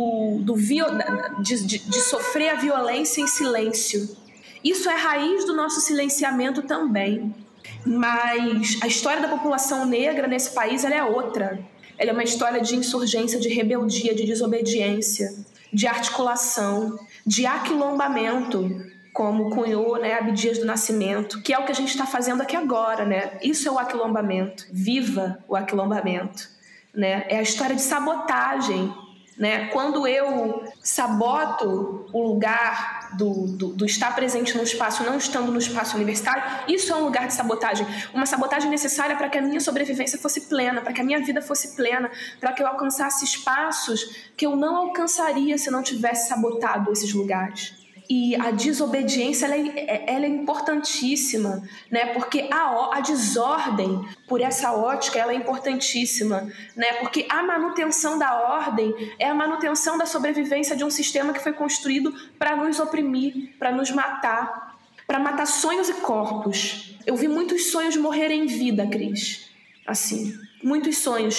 de sofrer a violência em silêncio. Isso é raiz do nosso silenciamento também. Mas a história da população negra nesse país ela é outra. Ela é uma história de insurgência, de rebeldia, de desobediência, de articulação, de aquilombamento, como cunhou, né, Abdias do Nascimento, que é o que a gente está fazendo aqui agora, né? Isso é o aquilombamento. Viva o aquilombamento. Né? É a história de sabotagem, né? Quando eu saboto o lugar do estar presente no espaço, não estando no espaço universitário, isso é um lugar de sabotagem. Uma sabotagem necessária para que a minha sobrevivência fosse plena, para que a minha vida fosse plena, para que eu alcançasse espaços que eu não alcançaria se não tivesse sabotado esses lugares. E a desobediência ela é importantíssima, né? Porque a desordem, por essa ótica, ela é importantíssima, né? Porque a manutenção da ordem é a manutenção da sobrevivência de um sistema que foi construído para nos oprimir, para nos matar, para matar sonhos e corpos. Eu vi muitos sonhos morrerem em vida, Cris. Assim, muitos sonhos.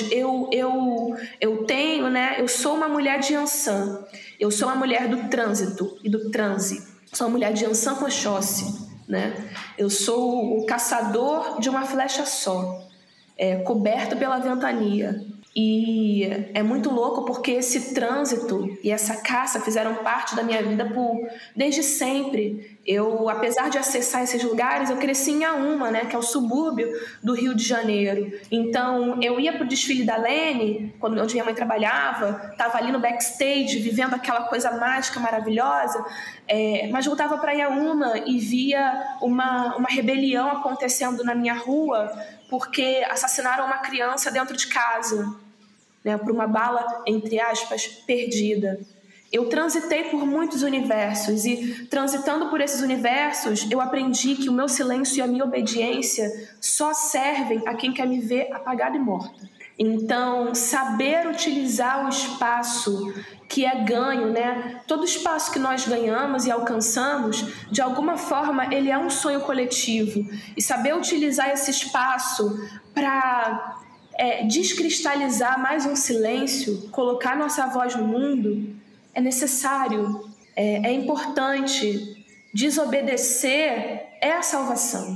Eu tenho, né? Eu sou uma mulher de Ansan. Eu sou uma mulher do trânsito e do transe. Sou uma mulher de Ansan com Oxóssi, né? Eu sou o caçador de uma flecha só, coberto pela ventania. E é muito louco porque esse trânsito e essa caça fizeram parte da minha vida desde sempre. Eu, apesar de acessar esses lugares, eu cresci em Auma, né, que é o subúrbio do Rio de Janeiro. Então, eu ia para o desfile da Lene, onde minha mãe trabalhava, estava ali no backstage, vivendo aquela coisa mágica, maravilhosa, mas voltava para Auma e via uma rebelião acontecendo na minha rua porque assassinaram uma criança dentro de casa, né, por uma bala, entre aspas, perdida. Eu transitei por muitos universos e, transitando por esses universos, eu aprendi que o meu silêncio e a minha obediência só servem a quem quer me ver apagada e morta. Então, saber utilizar o espaço que é ganho, né? Todo espaço que nós ganhamos e alcançamos, de alguma forma, ele é um sonho coletivo. E saber utilizar esse espaço para descristalizar mais um silêncio, colocar nossa voz no mundo, é necessário, é importante. Desobedecer é a salvação.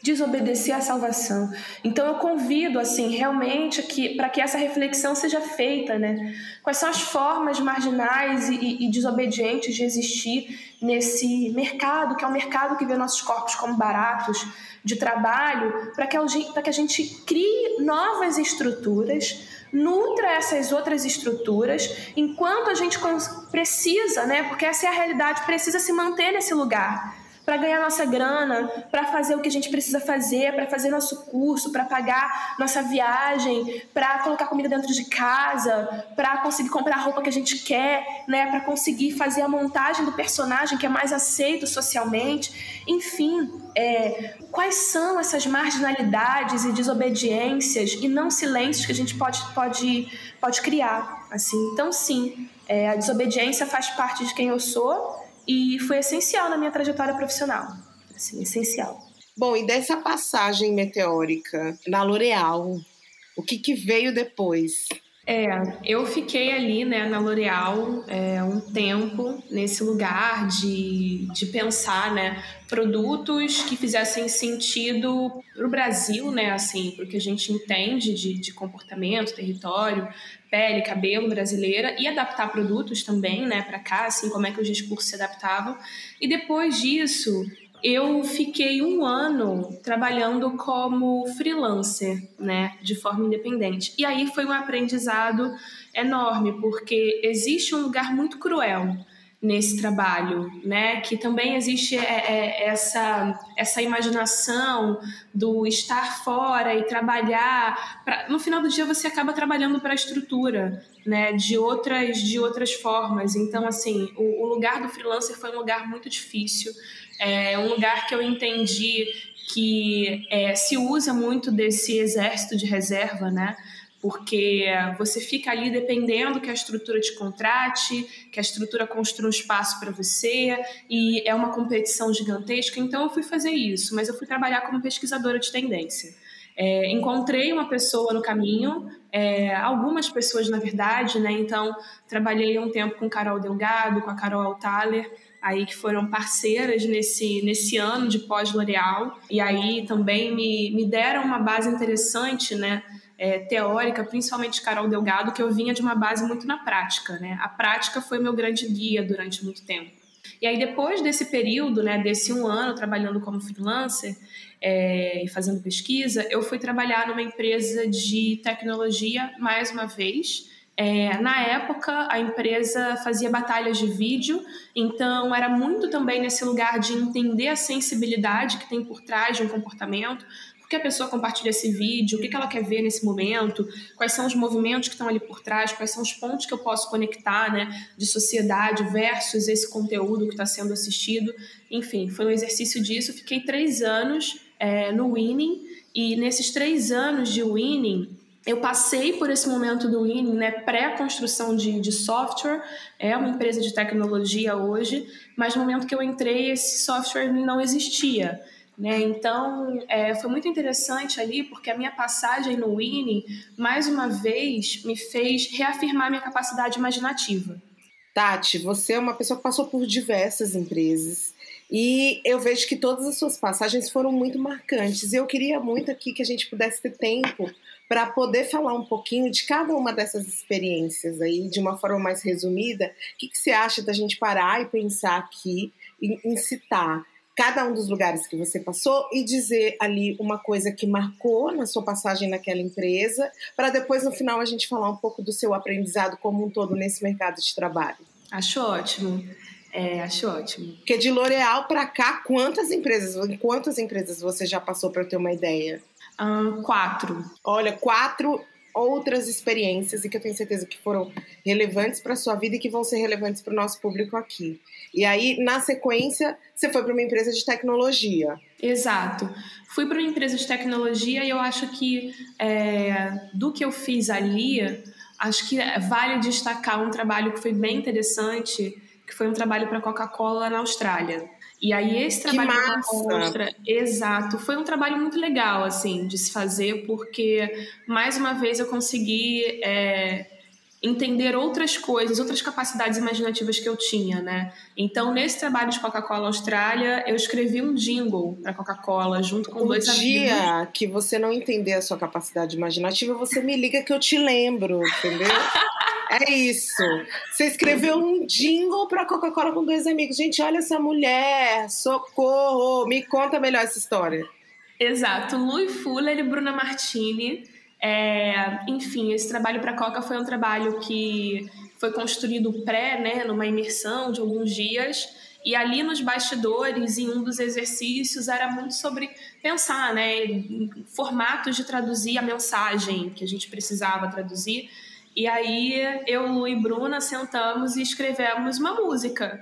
desobedecer à salvação. Então eu convido, assim, realmente para que essa reflexão seja feita, né? Quais são as formas marginais e desobedientes de existir nesse mercado, que é um mercado que vê nossos corpos como baratos de trabalho, para que a gente crie novas estruturas, nutra essas outras estruturas, enquanto a gente precisa, né? Porque essa é a realidade, precisa se manter nesse lugar, para ganhar nossa grana, para fazer o que a gente precisa fazer, para fazer nosso curso, para pagar nossa viagem, para colocar comida dentro de casa, para conseguir comprar a roupa que a gente quer, né? Para conseguir fazer a montagem do personagem que é mais aceito socialmente. Enfim, quais são essas marginalidades e desobediências e não silêncios que a gente pode criar? Assim? Então, sim, a desobediência faz parte de quem eu sou, e foi essencial na minha trajetória profissional. Assim, essencial. Bom, e dessa passagem meteórica na L'Oréal, o que veio depois? Eu fiquei ali, né, na L'Oréal um tempo nesse lugar de pensar, né, produtos que fizessem sentido para o Brasil, né, assim, porque a gente entende de comportamento, território, pele, cabelo brasileira, e adaptar produtos também, né, para cá, assim, como é que os discursos se adaptavam. E depois disso, eu fiquei 1 ano trabalhando como freelancer, né, de forma independente. E aí foi um aprendizado enorme, porque existe um lugar muito cruel nesse trabalho, né, que também existe essa imaginação do estar fora e trabalhar. No final do dia você acaba trabalhando para a estrutura, né, de outras formas. Então, assim, o lugar do freelancer foi um lugar muito difícil. É um lugar que eu entendi que se usa muito desse exército de reserva, né? Porque você fica ali dependendo que a estrutura te contrate, que a estrutura construa um espaço para você, e é uma competição gigantesca. Então eu fui fazer isso, mas eu fui trabalhar como pesquisadora de tendência. Encontrei uma pessoa no caminho, algumas pessoas na verdade, né? Então trabalhei um tempo com Carol Delgado, com a Carol Altaler, aí que foram parceiras nesse ano de pós-L'Oréal, e aí também me deram uma base interessante, né, teórica, principalmente Carol Delgado, que eu vinha de uma base muito na prática, né? A prática foi meu grande guia durante muito tempo. E aí depois desse período, né, desse 1 ano trabalhando como freelancer e fazendo pesquisa, eu fui trabalhar numa empresa de tecnologia mais uma vez. Na época, a empresa fazia batalhas de vídeo, então era muito também nesse lugar de entender a sensibilidade que tem por trás de um comportamento, por que a pessoa compartilha esse vídeo, o que ela quer ver nesse momento, quais são os movimentos que estão ali por trás, quais são os pontos que eu posso conectar, né, de sociedade versus esse conteúdo que está sendo assistido. Enfim, foi um exercício disso. Fiquei 3 anos no Winning, e nesses 3 anos de Winning, eu passei por esse momento do Winning, né, pré-construção de software. É uma empresa de tecnologia hoje, mas no momento que eu entrei, esse software não existia, né? Então, foi muito interessante ali, porque a minha passagem no Winning, mais uma vez, me fez reafirmar minha capacidade imaginativa. Tati, você é uma pessoa que passou por diversas empresas, e eu vejo que todas as suas passagens foram muito marcantes. Eu queria muito aqui que a gente pudesse ter tempo para poder falar um pouquinho de cada uma dessas experiências aí, de uma forma mais resumida. O que você acha da gente parar e pensar aqui, em citar cada um dos lugares que você passou e dizer ali uma coisa que marcou na sua passagem naquela empresa, para depois, no final, a gente falar um pouco do seu aprendizado como um todo nesse mercado de trabalho? Acho ótimo. Acho ótimo. Porque de L'Oréal para cá, quantas empresas você já passou, para eu ter uma ideia? 4. Olha, 4 outras experiências, e que eu tenho certeza que foram relevantes para a sua vida e que vão ser relevantes para o nosso público aqui. E aí, na sequência, você foi para uma empresa de tecnologia. Exato. Fui para uma empresa de tecnologia, e eu acho que do que eu fiz ali, acho que vale destacar um trabalho que foi bem interessante, que foi um trabalho para a Coca-Cola na Austrália. E aí esse trabalho da Coca-Cola, exato, foi um trabalho muito legal, assim, de se fazer, porque mais uma vez eu consegui entender outras coisas, outras capacidades imaginativas que eu tinha, né? Então, nesse trabalho de Coca-Cola Austrália, eu escrevi um jingle para Coca-Cola junto com dois amigos. O dia que você não entender a sua capacidade imaginativa, você me liga que eu te lembro, entendeu? É isso. Você escreveu um jingle para Coca-Cola com dois amigos. Gente, olha essa mulher, socorro! Me conta melhor essa história. Exato. Louis Fuller e Bruna Martini. Enfim, esse trabalho para a Coca foi um trabalho que foi construído né, numa imersão de alguns dias, e ali nos bastidores, em um dos exercícios, era muito sobre pensar, né, em formatos de traduzir a mensagem que a gente precisava traduzir. E aí eu, Lu e Bruna sentamos e escrevemos uma música.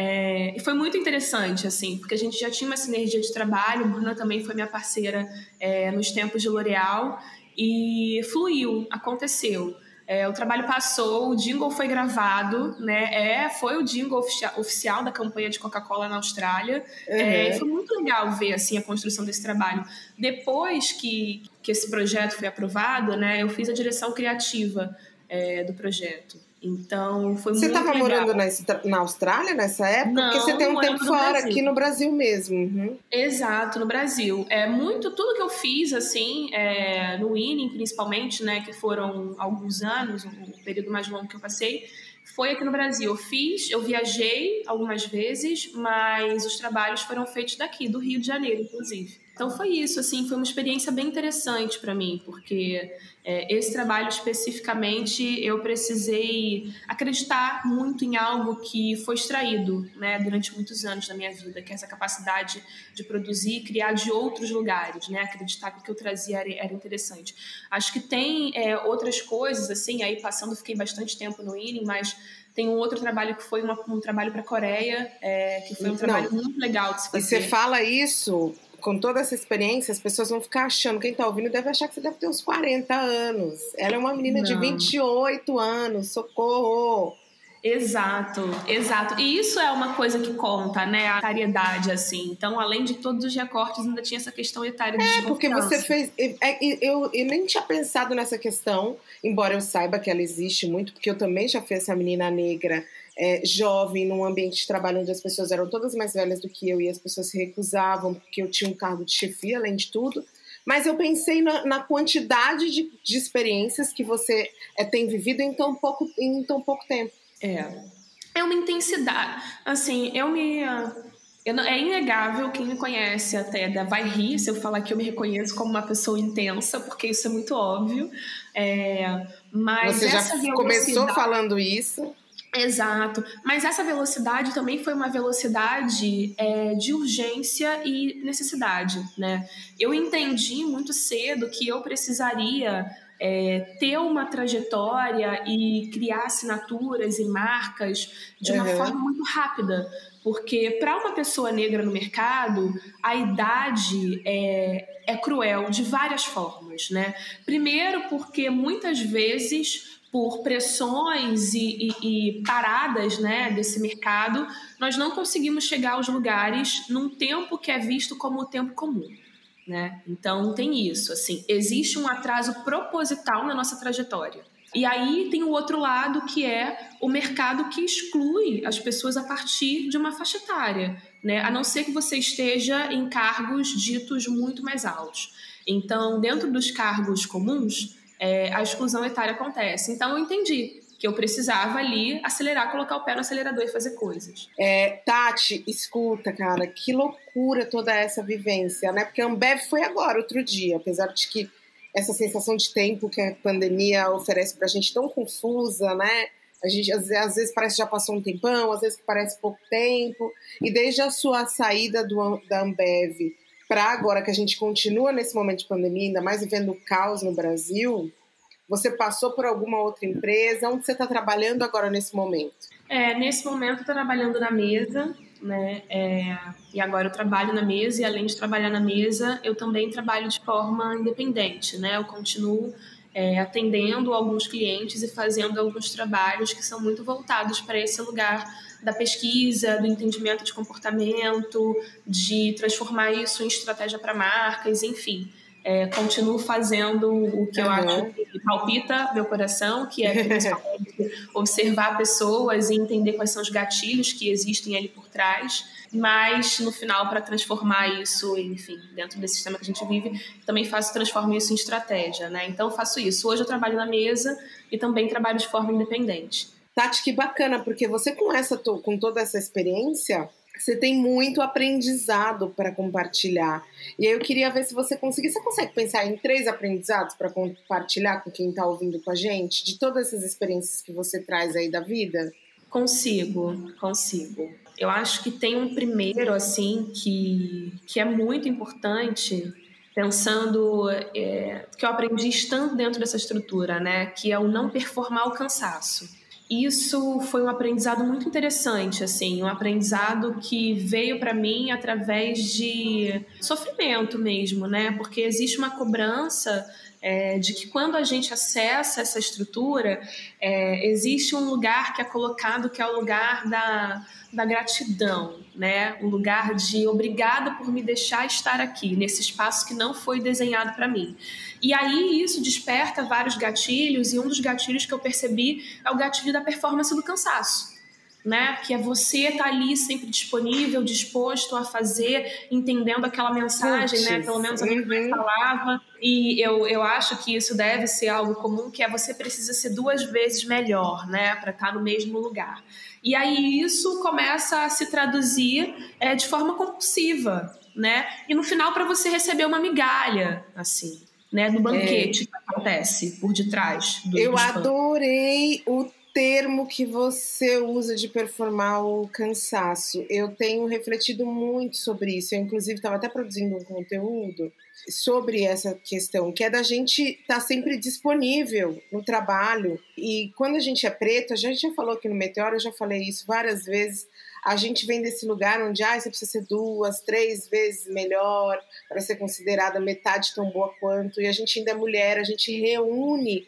E foi muito interessante, assim, porque a gente já tinha uma sinergia de trabalho. Bruna também foi minha parceira nos tempos de L'Oréal, e fluiu, aconteceu. O trabalho passou, o jingle foi gravado, né? Foi o jingle oficial da campanha de Coca-Cola na Austrália. E foi muito legal ver assim, a construção desse trabalho. Depois que esse projeto foi aprovado, né, eu fiz a direção criativa do projeto. Então, foi muito legal. Você estava morando na Austrália nessa época? Não, porque você tem um tempo fora, aqui no Brasil mesmo. Uhum. Exato, no Brasil. Tudo que eu fiz, assim, no Winning, principalmente, né, que foram alguns anos, o período mais longo que eu passei, foi aqui no Brasil. Eu viajei algumas vezes, mas os trabalhos foram feitos daqui, do Rio de Janeiro, inclusive. Então foi isso, assim, foi uma experiência bem interessante para mim, porque esse trabalho especificamente eu precisei acreditar muito em algo que foi extraído, né, durante muitos anos da minha vida, que é essa capacidade de produzir e criar de outros lugares, né, acreditar que o que eu trazia era interessante. Acho que tem outras coisas, assim, aí passando, fiquei bastante tempo no Winning, mas tem um outro trabalho que foi um trabalho para a Coreia, que foi um trabalho muito legal de se fazer. E você fala isso... Com toda essa experiência, as pessoas vão ficar achando, quem tá ouvindo deve achar que você deve ter uns 40 anos. Ela é uma menina de 28 anos, socorro! Exato. E isso é uma coisa que conta, né? A etariedade, assim. Então, além de todos os recortes, ainda tinha essa questão etária de desconfiança. Porque você fez... Eu nem tinha pensado nessa questão, embora eu saiba que ela existe muito, porque eu também já fui essa menina negra, jovem, num ambiente de trabalho onde as pessoas eram todas mais velhas do que eu e as pessoas se recusavam porque eu tinha um cargo de chefia, além de tudo. Mas eu pensei na quantidade de experiências que você tem vivido em tão pouco tempo. É uma intensidade. Assim, é inegável, quem me conhece até vai rir se eu falar que eu me reconheço como uma pessoa intensa, porque isso é muito óbvio. Mas você já começou falando isso. Exato, mas essa velocidade também foi uma velocidade de urgência e necessidade, né? Eu entendi muito cedo que eu precisaria ter uma trajetória e criar assinaturas e marcas de uma forma muito rápida, porque para uma pessoa negra no mercado, a idade é cruel de várias formas, né? Primeiro porque muitas vezes, por pressões e paradas, né, desse mercado, nós não conseguimos chegar aos lugares num tempo que é visto como o tempo comum, né? Então tem isso, assim, existe um atraso proposital na nossa trajetória. E aí tem o outro lado, que é o mercado que exclui as pessoas a partir de uma faixa etária, né? A não ser que você esteja em cargos ditos muito mais altos. Então, dentro dos cargos comuns, a exclusão etária acontece. Então eu entendi que eu precisava ali acelerar, colocar o pé no acelerador e fazer coisas. Tati, escuta, cara, que loucura toda essa vivência, né? Porque a Ambev foi agora, outro dia, apesar de que essa sensação de tempo que a pandemia oferece pra gente tão confusa, né? A gente às vezes parece que já passou um tempão, às vezes que parece pouco tempo, e desde a sua saída da Ambev para agora que a gente continua nesse momento de pandemia, ainda mais vivendo o caos no Brasil, você passou por alguma outra empresa? Onde você está trabalhando agora nesse momento? Nesse momento eu estou trabalhando na Mesa, né? E agora eu trabalho na Mesa, e além de trabalhar na Mesa, eu também trabalho de forma independente, né? Eu continuo atendendo alguns clientes e fazendo alguns trabalhos que são muito voltados para esse lugar da pesquisa, do entendimento de comportamento, de transformar isso em estratégia para marcas, enfim. continuo fazendo o que eu acho que palpita meu coração, que é principalmente observar pessoas e entender quais são os gatilhos que existem ali por trás, mas no final, para transformar isso, enfim, dentro desse sistema que a gente vive, também transformo isso em estratégia, né? Então eu faço isso. Hoje eu trabalho na mesa e também trabalho de forma independente. Tati, que bacana, porque você com toda essa experiência, você tem muito aprendizado para compartilhar. E aí eu queria ver se você consegue pensar em 3 aprendizados para compartilhar com quem está ouvindo com a gente, de todas essas experiências que você traz aí da vida? Consigo. Eu acho que tem um primeiro, assim, que é muito importante, pensando que eu aprendi estando dentro dessa estrutura, né? Que é o não performar o cansaço. Isso foi um aprendizado muito interessante, assim, um aprendizado que veio para mim através de sofrimento mesmo, né? Porque existe uma cobrança de que quando a gente acessa essa estrutura, existe um lugar que é colocado, que é o lugar da gratidão, né? O lugar de obrigada por me deixar estar aqui, nesse espaço que não foi desenhado para mim. E aí isso desperta vários gatilhos, e um dos gatilhos que eu percebi é o gatilho da performance do cansaço, né? Que é você estar ali sempre disponível, disposto a fazer, entendendo aquela mensagem, né? Pelo menos a minha mãe falava, e eu acho que isso deve ser algo comum, que é você precisa ser 2 vezes melhor, né? Para estar no mesmo lugar. E aí isso começa a se traduzir de forma compulsiva, né? E no final para você receber uma migalha, assim, né? Do banquete que acontece por detrás do Eu adorei o termo que você usa de performar o cansaço. Eu tenho refletido muito sobre isso. Eu, inclusive, estava até produzindo um conteúdo sobre essa questão, que é da gente estar sempre disponível no trabalho. E quando a gente é preto, a gente já falou aqui no Meteora, eu já falei isso várias vezes, a gente vem desse lugar onde você precisa ser 2, 3 vezes melhor para ser considerada metade tão boa quanto, e a gente ainda é mulher, a gente reúne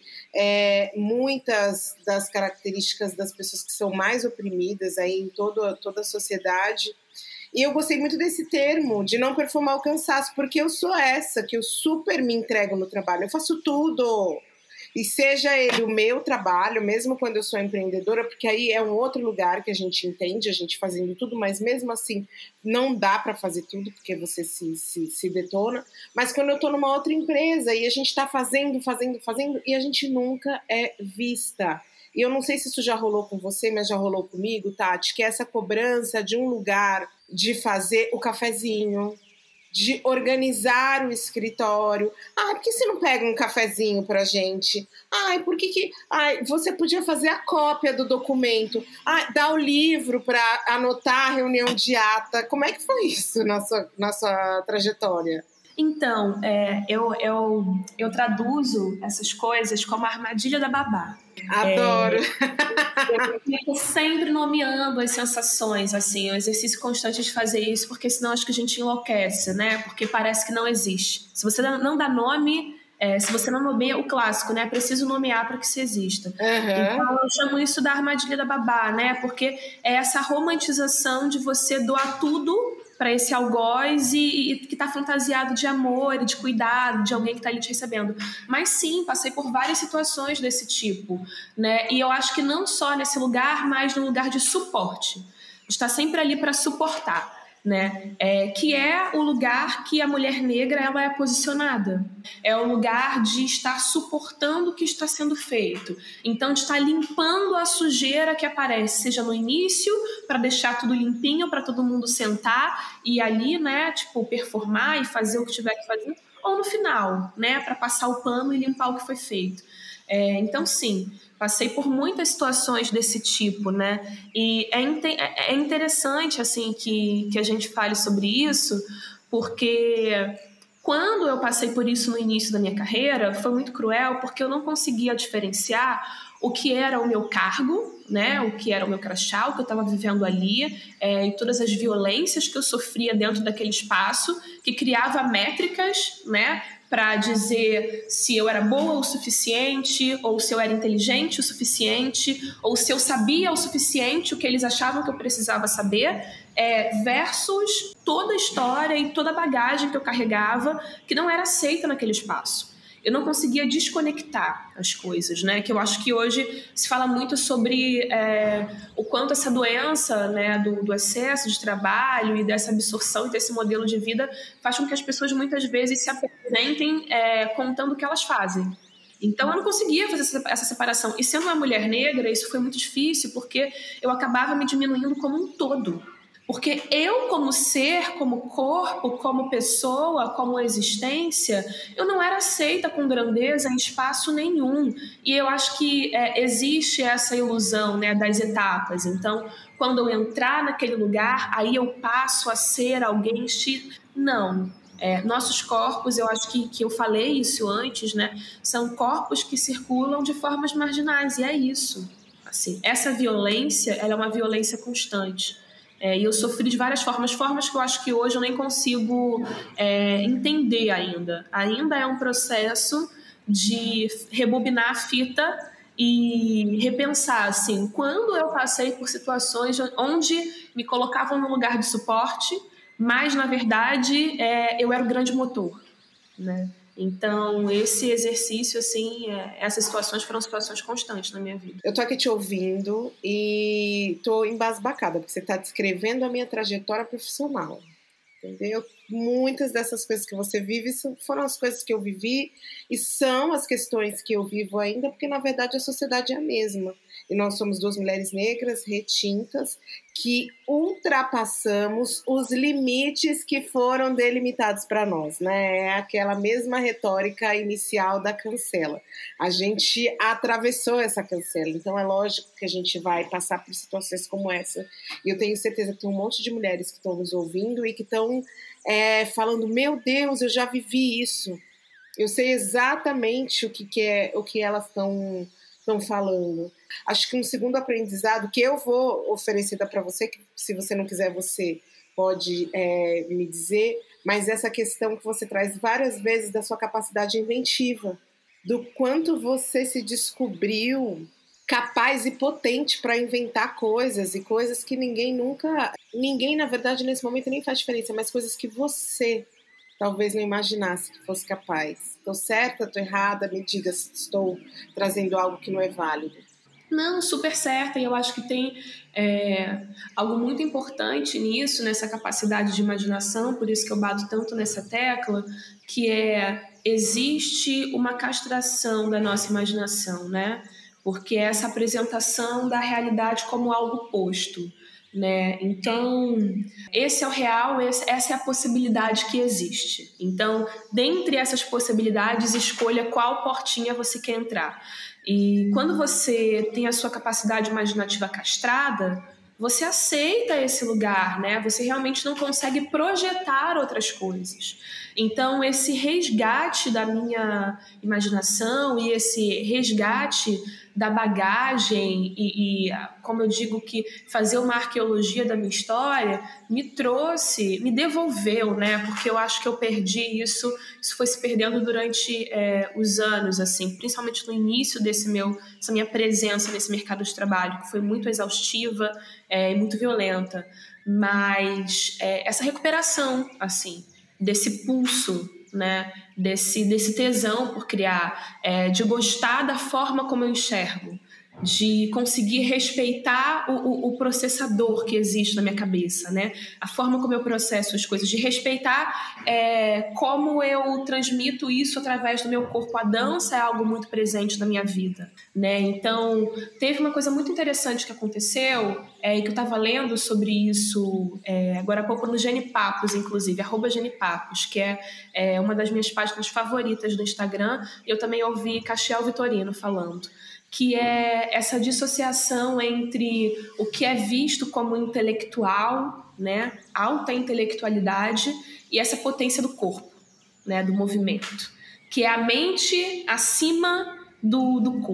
muitas das características das pessoas que são mais oprimidas aí em toda a sociedade. E eu gostei muito desse termo, de não performar o cansaço, porque eu sou essa, que eu super me entrego no trabalho, eu faço tudo. E seja ele o meu trabalho, mesmo quando eu sou empreendedora, porque aí é um outro lugar que a gente entende, a gente fazendo tudo, mas mesmo assim não dá para fazer tudo, porque você se detona. Mas quando eu estou numa outra empresa e a gente está fazendo, e a gente nunca é vista. E eu não sei se isso já rolou com você, mas já rolou comigo, Tati, que é essa cobrança de um lugar de fazer o cafezinho, de organizar o escritório. Por que você não pega um cafezinho pra gente? Por que você podia fazer a cópia do documento? Dá o livro para anotar a reunião de ata. Como é que foi isso na sua trajetória? Então, eu traduzo essas coisas como a armadilha da babá. Adoro! Eu fico sempre nomeando as sensações, assim, o exercício constante de fazer isso, porque senão acho que a gente enlouquece, né? Porque parece que não existe. Se você não dá nome, se você não nomeia o clássico, né? É preciso nomear para que isso exista. Então eu chamo isso da armadilha da babá, né? Porque é essa romantização de você doar tudo para esse algoz e que está fantasiado de amor e de cuidado, de alguém que está ali te recebendo. Mas sim, passei por várias situações desse tipo, né? E eu acho que não só nesse lugar, mas no lugar de suporte. Está sempre ali para suportar, né? Que é o lugar que a mulher negra ela é posicionada. É o lugar de estar suportando o que está sendo feito. Então, de estar limpando a sujeira que aparece, seja no início, para deixar tudo limpinho, para todo mundo sentar e ali, né, tipo, performar e fazer o que tiver que fazer, ou no final, né, para passar o pano e limpar o que foi feito. Então, sim, passei por muitas situações desse tipo, né? E é interessante, assim, que a gente fale sobre isso, porque quando eu passei por isso no início da minha carreira, foi muito cruel, porque eu não conseguia diferenciar o que era o meu cargo, né, o que era o meu crachá, o que eu estava vivendo ali, e todas as violências que eu sofria dentro daquele espaço, que criava métricas, né, para dizer se eu era boa o suficiente, ou se eu era inteligente o suficiente, ou se eu sabia o suficiente o que eles achavam que eu precisava saber, versus toda a história e toda a bagagem que eu carregava que não era aceita naquele espaço. Eu não conseguia desconectar as coisas, né? Que eu acho que hoje se fala muito sobre o quanto essa doença, né, do excesso de trabalho e dessa absorção e desse modelo de vida faz com que as pessoas muitas vezes se apresentem contando o que elas fazem. Então eu não conseguia fazer essa separação. E sendo uma mulher negra, isso foi muito difícil, porque eu acabava me diminuindo como um todo. Porque eu, como ser, como corpo, como pessoa, como existência, eu não era aceita com grandeza em espaço nenhum. E eu acho que existe essa ilusão, né, das etapas. Então, quando eu entrar naquele lugar, aí eu passo a ser alguém X. Não. Nossos corpos, eu acho que eu falei isso antes, né, são corpos que circulam de formas marginais. E é isso. Assim, essa violência, ela é uma violência constante. E eu sofri de várias formas que eu acho que hoje eu nem consigo entender ainda. Ainda é um processo de rebobinar a fita e repensar, assim, quando eu passei por situações onde me colocavam no lugar de suporte, mas, na verdade, eu era o grande motor, né? Então, esse exercício, assim, essas situações foram situações constantes na minha vida. Eu tô aqui te ouvindo e tô embasbacada, porque você tá descrevendo a minha trajetória profissional, entendeu? Muitas dessas coisas que você vive foram as coisas que eu vivi e são as questões que eu vivo ainda, porque, na verdade, a sociedade é a mesma. E nós somos duas mulheres negras, retintas, que ultrapassamos os limites que foram delimitados para nós, né? É aquela mesma retórica inicial da cancela. A gente atravessou essa cancela, então é lógico que a gente vai passar por situações como essa. E eu tenho certeza que tem um monte de mulheres que estão nos ouvindo e que estão falando, meu Deus, eu já vivi isso. Eu sei exatamente o que elas estão falando. Acho que um segundo aprendizado que eu vou oferecer para você, que se você não quiser, você pode me dizer, mas essa questão que você traz várias vezes da sua capacidade inventiva, do quanto você se descobriu capaz e potente para inventar coisas, e coisas que ninguém, na verdade, nesse momento nem faz diferença, mas coisas que você talvez não imaginasse que fosse capaz. Estou certa, estou errada? Me diga se estou trazendo algo que não é válido. Não, super certa. E eu acho que tem algo muito importante nisso, nessa capacidade de imaginação, por isso que eu bato tanto nessa tecla, que existe uma castração da nossa imaginação, né? Porque é essa apresentação da realidade como algo posto, né? Então, esse é o real, essa é a possibilidade que existe. Então, dentre essas possibilidades, escolha qual portinha você quer entrar. E quando você tem a sua capacidade imaginativa castrada, você aceita esse lugar, né? Você realmente não consegue projetar outras coisas. Então, esse resgate da minha imaginação e esse resgate da bagagem e, como eu digo, que fazer uma arqueologia da minha história me devolveu, né? Porque eu acho que eu perdi isso foi se perdendo durante os anos, assim, principalmente no início essa minha presença nesse mercado de trabalho, que foi muito exaustiva e muito violenta. Mas essa recuperação, assim, desse pulso, né, desse tesão por criar, de gostar da forma como eu enxergo, de conseguir respeitar o processador que existe na minha cabeça, né? A forma como eu processo as coisas, de respeitar como eu transmito isso através do meu corpo. A dança é algo muito presente na minha vida, né? Então, teve uma coisa muito interessante que aconteceu, e que eu estava lendo sobre isso agora há pouco no Genipapos, inclusive, @Genipapos, que é uma das minhas páginas favoritas do Instagram, e eu também ouvi Castiel Vitorino falando, que é essa dissociação entre o que é visto como intelectual, né, alta intelectualidade, e essa potência do corpo, né, do movimento, que é a mente acima do corpo.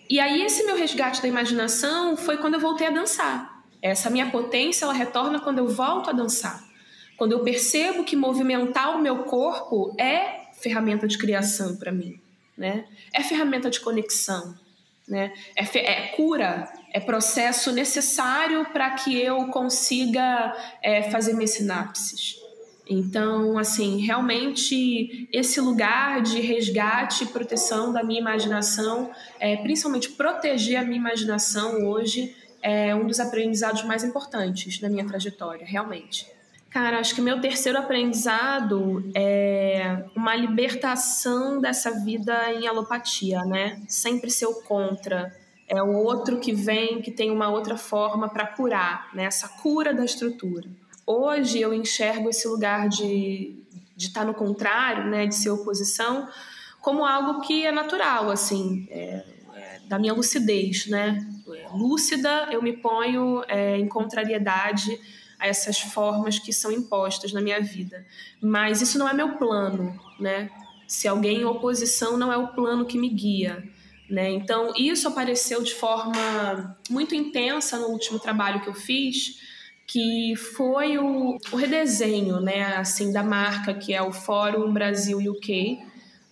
E aí esse meu resgate da imaginação foi quando eu voltei a dançar. Essa minha potência, ela retorna quando eu volto a dançar. Quando eu percebo que movimentar o meu corpo é ferramenta de criação para mim, né? É ferramenta de conexão, né? É cura, é processo necessário para que eu consiga fazer minhas sinapses. Então, assim, realmente esse lugar de resgate e proteção da minha imaginação, principalmente proteger a minha imaginação hoje, é um dos aprendizados mais importantes da minha trajetória, realmente. Cara, acho que meu terceiro aprendizado é uma libertação dessa vida em alopatia, né? Sempre ser o contra. É o outro que vem, que tem uma outra forma para curar, né? Essa cura da estrutura. Hoje eu enxergo esse lugar de estar no contrário, né? De ser oposição, como algo que é natural, assim, da minha lucidez, né? Lúcida, eu me ponho em contrariedade a essas formas que são impostas na minha vida. Mas isso não é meu plano, né? Se alguém em oposição não é o plano que me guia, né? Então, isso apareceu de forma muito intensa no último trabalho que eu fiz, que foi o redesenho, né, assim, da marca, que é o Fórum Brasil UK,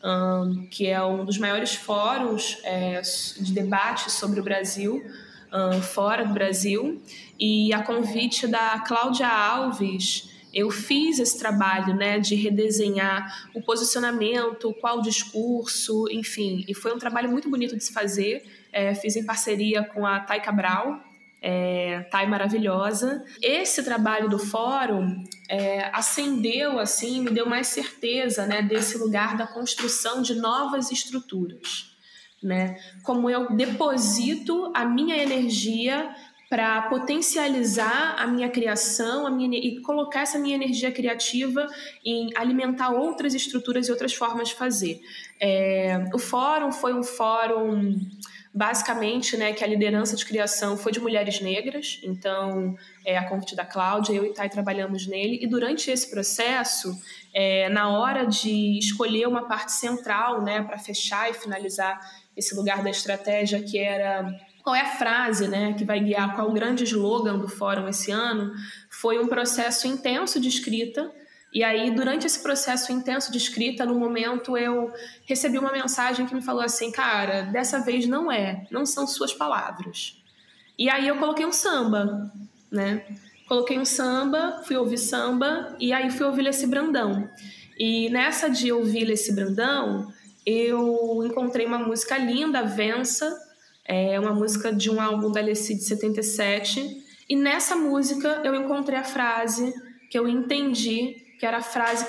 que é um dos maiores fóruns de debate sobre o Brasil, fora do Brasil. E a convite da Cláudia Alves, eu fiz esse trabalho, né, de redesenhar o posicionamento, qual o discurso, enfim. E foi um trabalho muito bonito de se fazer. Fiz em parceria com a Thay Cabral, Thay maravilhosa. Esse trabalho do fórum acendeu, assim, me deu mais certeza, né, desse lugar da construção de novas estruturas, né? Como eu deposito a minha energia para potencializar a minha criação, e colocar essa minha energia criativa em alimentar outras estruturas e outras formas de fazer. O fórum foi um fórum, basicamente, né, que a liderança de criação foi de mulheres negras, então, a convite da Cláudia, eu e Thay trabalhamos nele, e durante esse processo, na hora de escolher uma parte central, né, para fechar e finalizar esse lugar da estratégia, que era qual é a frase, né, que vai guiar, qual é o grande slogan do fórum esse ano, foi um processo intenso de escrita. E aí, durante esse processo intenso de escrita, no momento eu recebi uma mensagem que me falou assim: cara, dessa vez não são suas palavras. E aí eu coloquei um samba, né? Coloquei um samba, fui ouvir samba, e aí fui ouvir Leci Brandão. E nessa de ouvir Leci Brandão, eu encontrei uma música linda, Vença, uma música de um álbum da Leci de 77, e nessa música eu encontrei a frase que eu entendi que era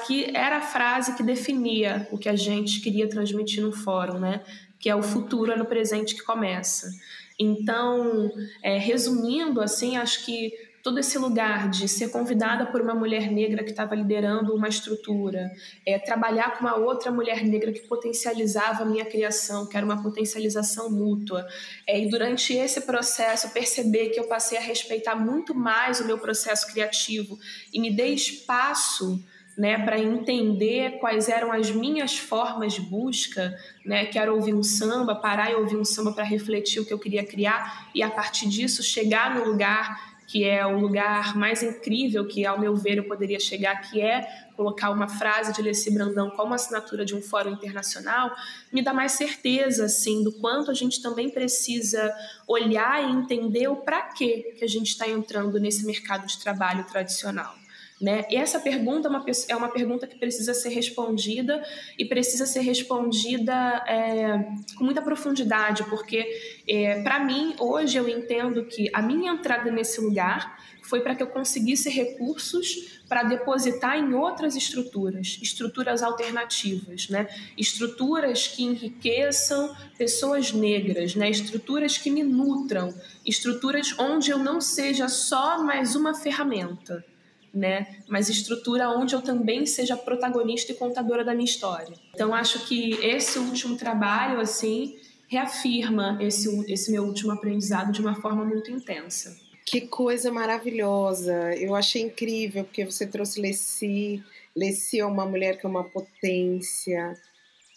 a frase que definia o que a gente queria transmitir no fórum, né? Que é o futuro é no presente que começa. Então, resumindo, assim, acho que todo esse lugar de ser convidada por uma mulher negra que estava liderando uma estrutura, trabalhar com uma outra mulher negra que potencializava a minha criação, que era uma potencialização mútua, e durante esse processo perceber que eu passei a respeitar muito mais o meu processo criativo e me dei espaço, né, para entender quais eram as minhas formas de busca, né, que era ouvir um samba, parar e ouvir um samba para refletir o que eu queria criar e a partir disso chegar no lugar que é o lugar mais incrível que, ao meu ver, eu poderia chegar, que é colocar uma frase de Leci Brandão como assinatura de um fórum internacional, me dá mais certeza, assim, do quanto a gente também precisa olhar e entender o para quê que a gente está entrando nesse mercado de trabalho tradicional. Né? E essa pergunta é uma pergunta que precisa ser respondida e precisa ser respondida com muita profundidade, porque para mim, hoje eu entendo que a minha entrada nesse lugar foi para que eu conseguisse recursos para depositar em outras estruturas alternativas, né? Estruturas que enriqueçam pessoas negras, né? Estruturas que me nutram, estruturas onde eu não seja só mais uma ferramenta, né? Mas estrutura onde eu também seja protagonista e contadora da minha história. Então, acho que esse último trabalho, assim, reafirma esse meu último aprendizado de uma forma muito intensa. Que coisa maravilhosa! Eu achei incrível, porque você trouxe Leci. Leci é uma mulher que é uma potência.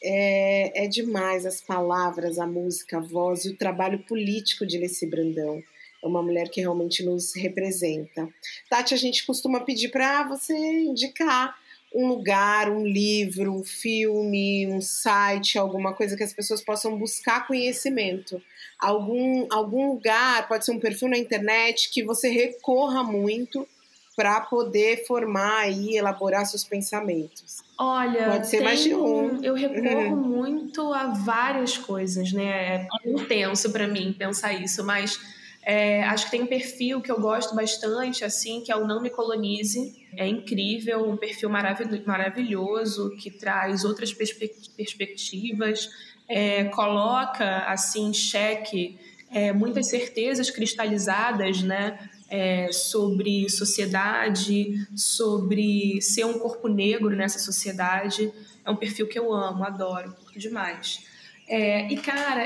É demais as palavras, a música, a voz e o trabalho político de Leci Brandão. É uma mulher que realmente nos representa. Tati, a gente costuma pedir para você indicar um lugar, um livro, um filme, um site, alguma coisa que as pessoas possam buscar conhecimento. Algum lugar, pode ser um perfil na internet, que você recorra muito para poder formar e elaborar seus pensamentos. Olha, pode ser mais de um. Eu recorro muito a várias coisas, né? É intenso para mim pensar isso, mas acho que tem um perfil que eu gosto bastante, assim, que é o Não Me Colonize. É incrível, um perfil maravilhoso que traz outras perspectivas, coloca assim em xeque muitas certezas cristalizadas, né? Sobre sociedade, sobre ser um corpo negro nessa sociedade. É um perfil que eu amo, adoro, curto demais. E, cara,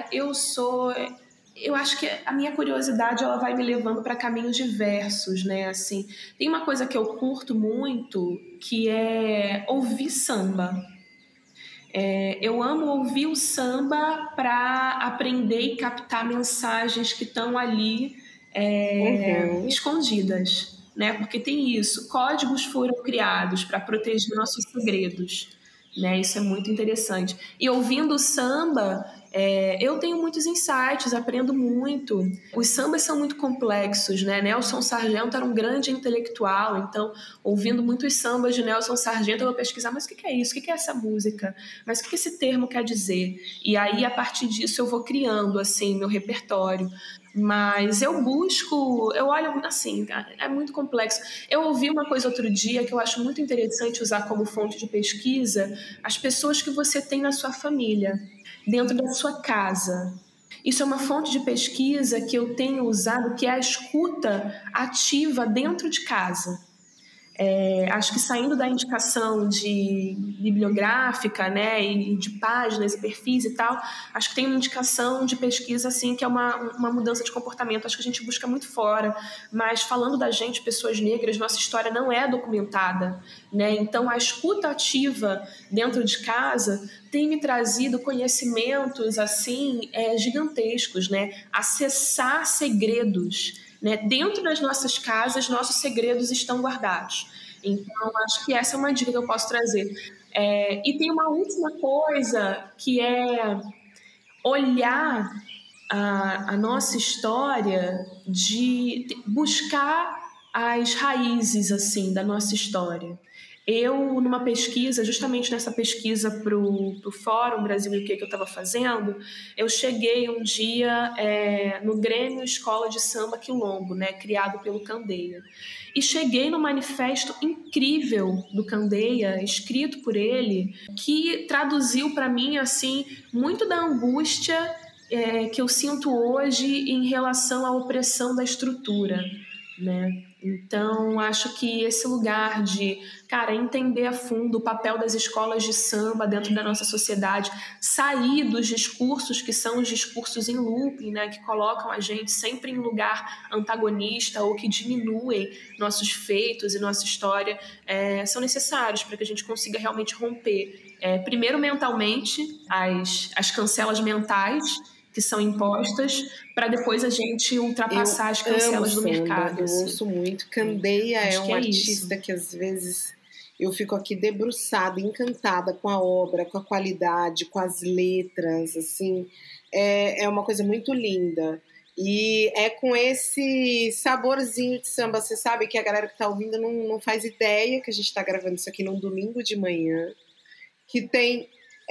eu acho que a minha curiosidade ela vai me levando para caminhos diversos, né? Assim, tem uma coisa que eu curto muito, que é ouvir samba. Eu amo ouvir o samba para aprender e captar mensagens que estão ali escondidas, né? Porque tem isso, códigos foram criados para proteger nossos segredos, né? Isso é muito interessante. E ouvindo o samba, eu tenho muitos insights, aprendo muito. Os sambas são muito complexos, né? Nelson Sargento era um grande intelectual, então, ouvindo muitos sambas de Nelson Sargento, eu vou pesquisar, mas o que é isso? O que é essa música? Mas o que esse termo quer dizer? E aí, a partir disso, eu vou criando, assim, meu repertório. Mas eu olho assim, é muito complexo. Eu ouvi uma coisa outro dia que eu acho muito interessante usar como fonte de pesquisa, as pessoas que você tem na sua família, dentro da sua casa. Isso é uma fonte de pesquisa que eu tenho usado, que é a escuta ativa dentro de casa. Acho que saindo da indicação de bibliográfica, né, e de páginas e perfis e tal, acho que tem uma indicação de pesquisa assim, que é uma mudança de comportamento. Acho que a gente busca muito fora, mas falando da gente, pessoas negras, nossa história não é documentada, né? Então a escuta ativa dentro de casa tem me trazido conhecimentos assim gigantescos, né? Acessar segredos, né? Dentro das nossas casas, nossos segredos estão guardados. Então, acho que essa é uma dica que eu posso trazer. E tem uma última coisa, que é olhar a nossa história, de buscar as raízes assim da nossa história. Eu, numa pesquisa, justamente nessa pesquisa para o Fórum Brasil e o que eu estava fazendo, eu cheguei um dia no Grêmio Escola de Samba Quilombo, né, criado pelo Candeia. E cheguei no manifesto incrível do Candeia, escrito por ele, que traduziu para mim assim, muito da angústia que eu sinto hoje em relação à opressão da estrutura, né? Então, acho que esse lugar de, entender a fundo o papel das escolas de samba dentro da nossa sociedade, sair dos discursos que são os discursos em looping, né, que colocam a gente sempre em lugar antagonista ou que diminuem nossos feitos e nossa história, são necessários para que a gente consiga realmente romper, primeiro mentalmente, as cancelas mentais que são impostas, para depois a gente ultrapassar as cancelas do mercado. Eu assim. ouço muito. Candeia é um artista que às vezes eu fico aqui debruçada, encantada com a obra, com a qualidade, com as letras, assim, é uma coisa muito linda. E é com esse saborzinho de samba, você sabe que a galera que está ouvindo não faz ideia que a gente está gravando isso aqui num domingo de manhã, que tem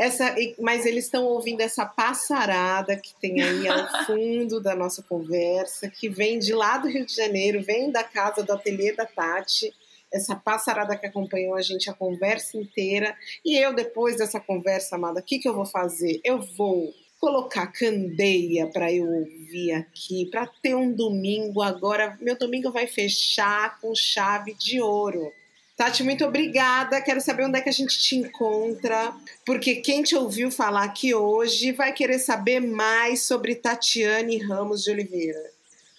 mas eles estão ouvindo essa passarada que tem aí ao fundo da nossa conversa, que vem de lá do Rio de Janeiro, vem da casa do ateliê da Tati, essa passarada que acompanhou a gente a conversa inteira. E eu, depois dessa conversa, amada, o que eu vou fazer? Eu vou colocar Candeia para eu ouvir aqui, para ter um domingo agora. Meu domingo vai fechar com chave de ouro. Tati, muito obrigada. Quero saber onde é que a gente te encontra, porque quem te ouviu falar aqui hoje vai querer saber mais sobre Tatiane Ramos de Oliveira.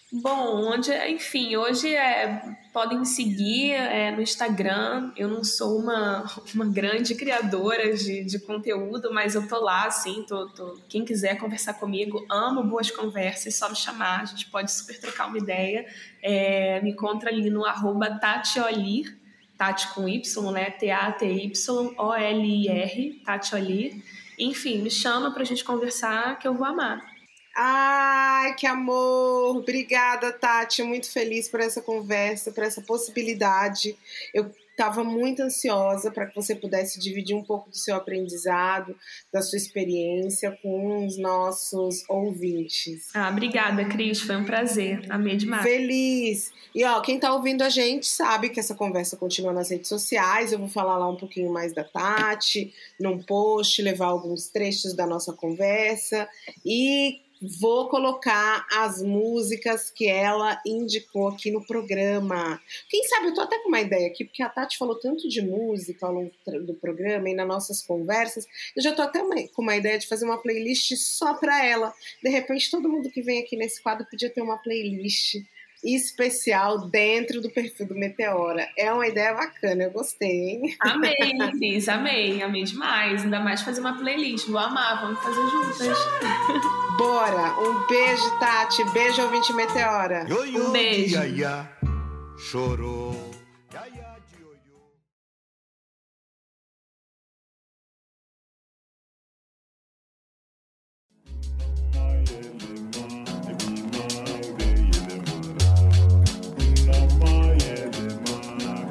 Bom, enfim, hoje podem me seguir no Instagram. Eu não sou uma grande criadora de conteúdo, mas eu tô lá, assim, quem quiser conversar comigo, amo boas conversas, só me chamar, a gente pode super trocar uma ideia. Me encontra ali no @TatiOlir, Tati com Y, né? TATYOLIR, TatiOlir. Enfim, me chama pra gente conversar que eu vou amar. Ai, que amor! Obrigada, Tati. Muito feliz por essa conversa, por essa possibilidade. Eu estava muito ansiosa para que você pudesse dividir um pouco do seu aprendizado, da sua experiência com os nossos ouvintes. Obrigada, Cris. Foi um prazer. Amei demais. Feliz! E quem está ouvindo a gente sabe que essa conversa continua nas redes sociais. Eu vou falar lá um pouquinho mais da Tati, num post, levar alguns trechos da nossa conversa e vou colocar as músicas que ela indicou aqui no programa. Quem sabe, eu tô até com uma ideia aqui, porque a Tati falou tanto de música ao longo do programa e nas nossas conversas, eu já tô até com uma ideia de fazer uma playlist só pra ela. De repente, todo mundo que vem aqui nesse quadro podia ter uma playlist especial dentro do perfil do Meteora. É uma ideia bacana, eu gostei, hein? Amei, Cris, amei demais. Ainda mais fazer uma playlist, vou amar, vamos fazer juntas. Bora! Um beijo, Tati, beijo, ouvinte Meteora. Um beijo. Chorou.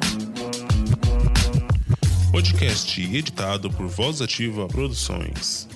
Podcast editado por Voz Ativa Produções.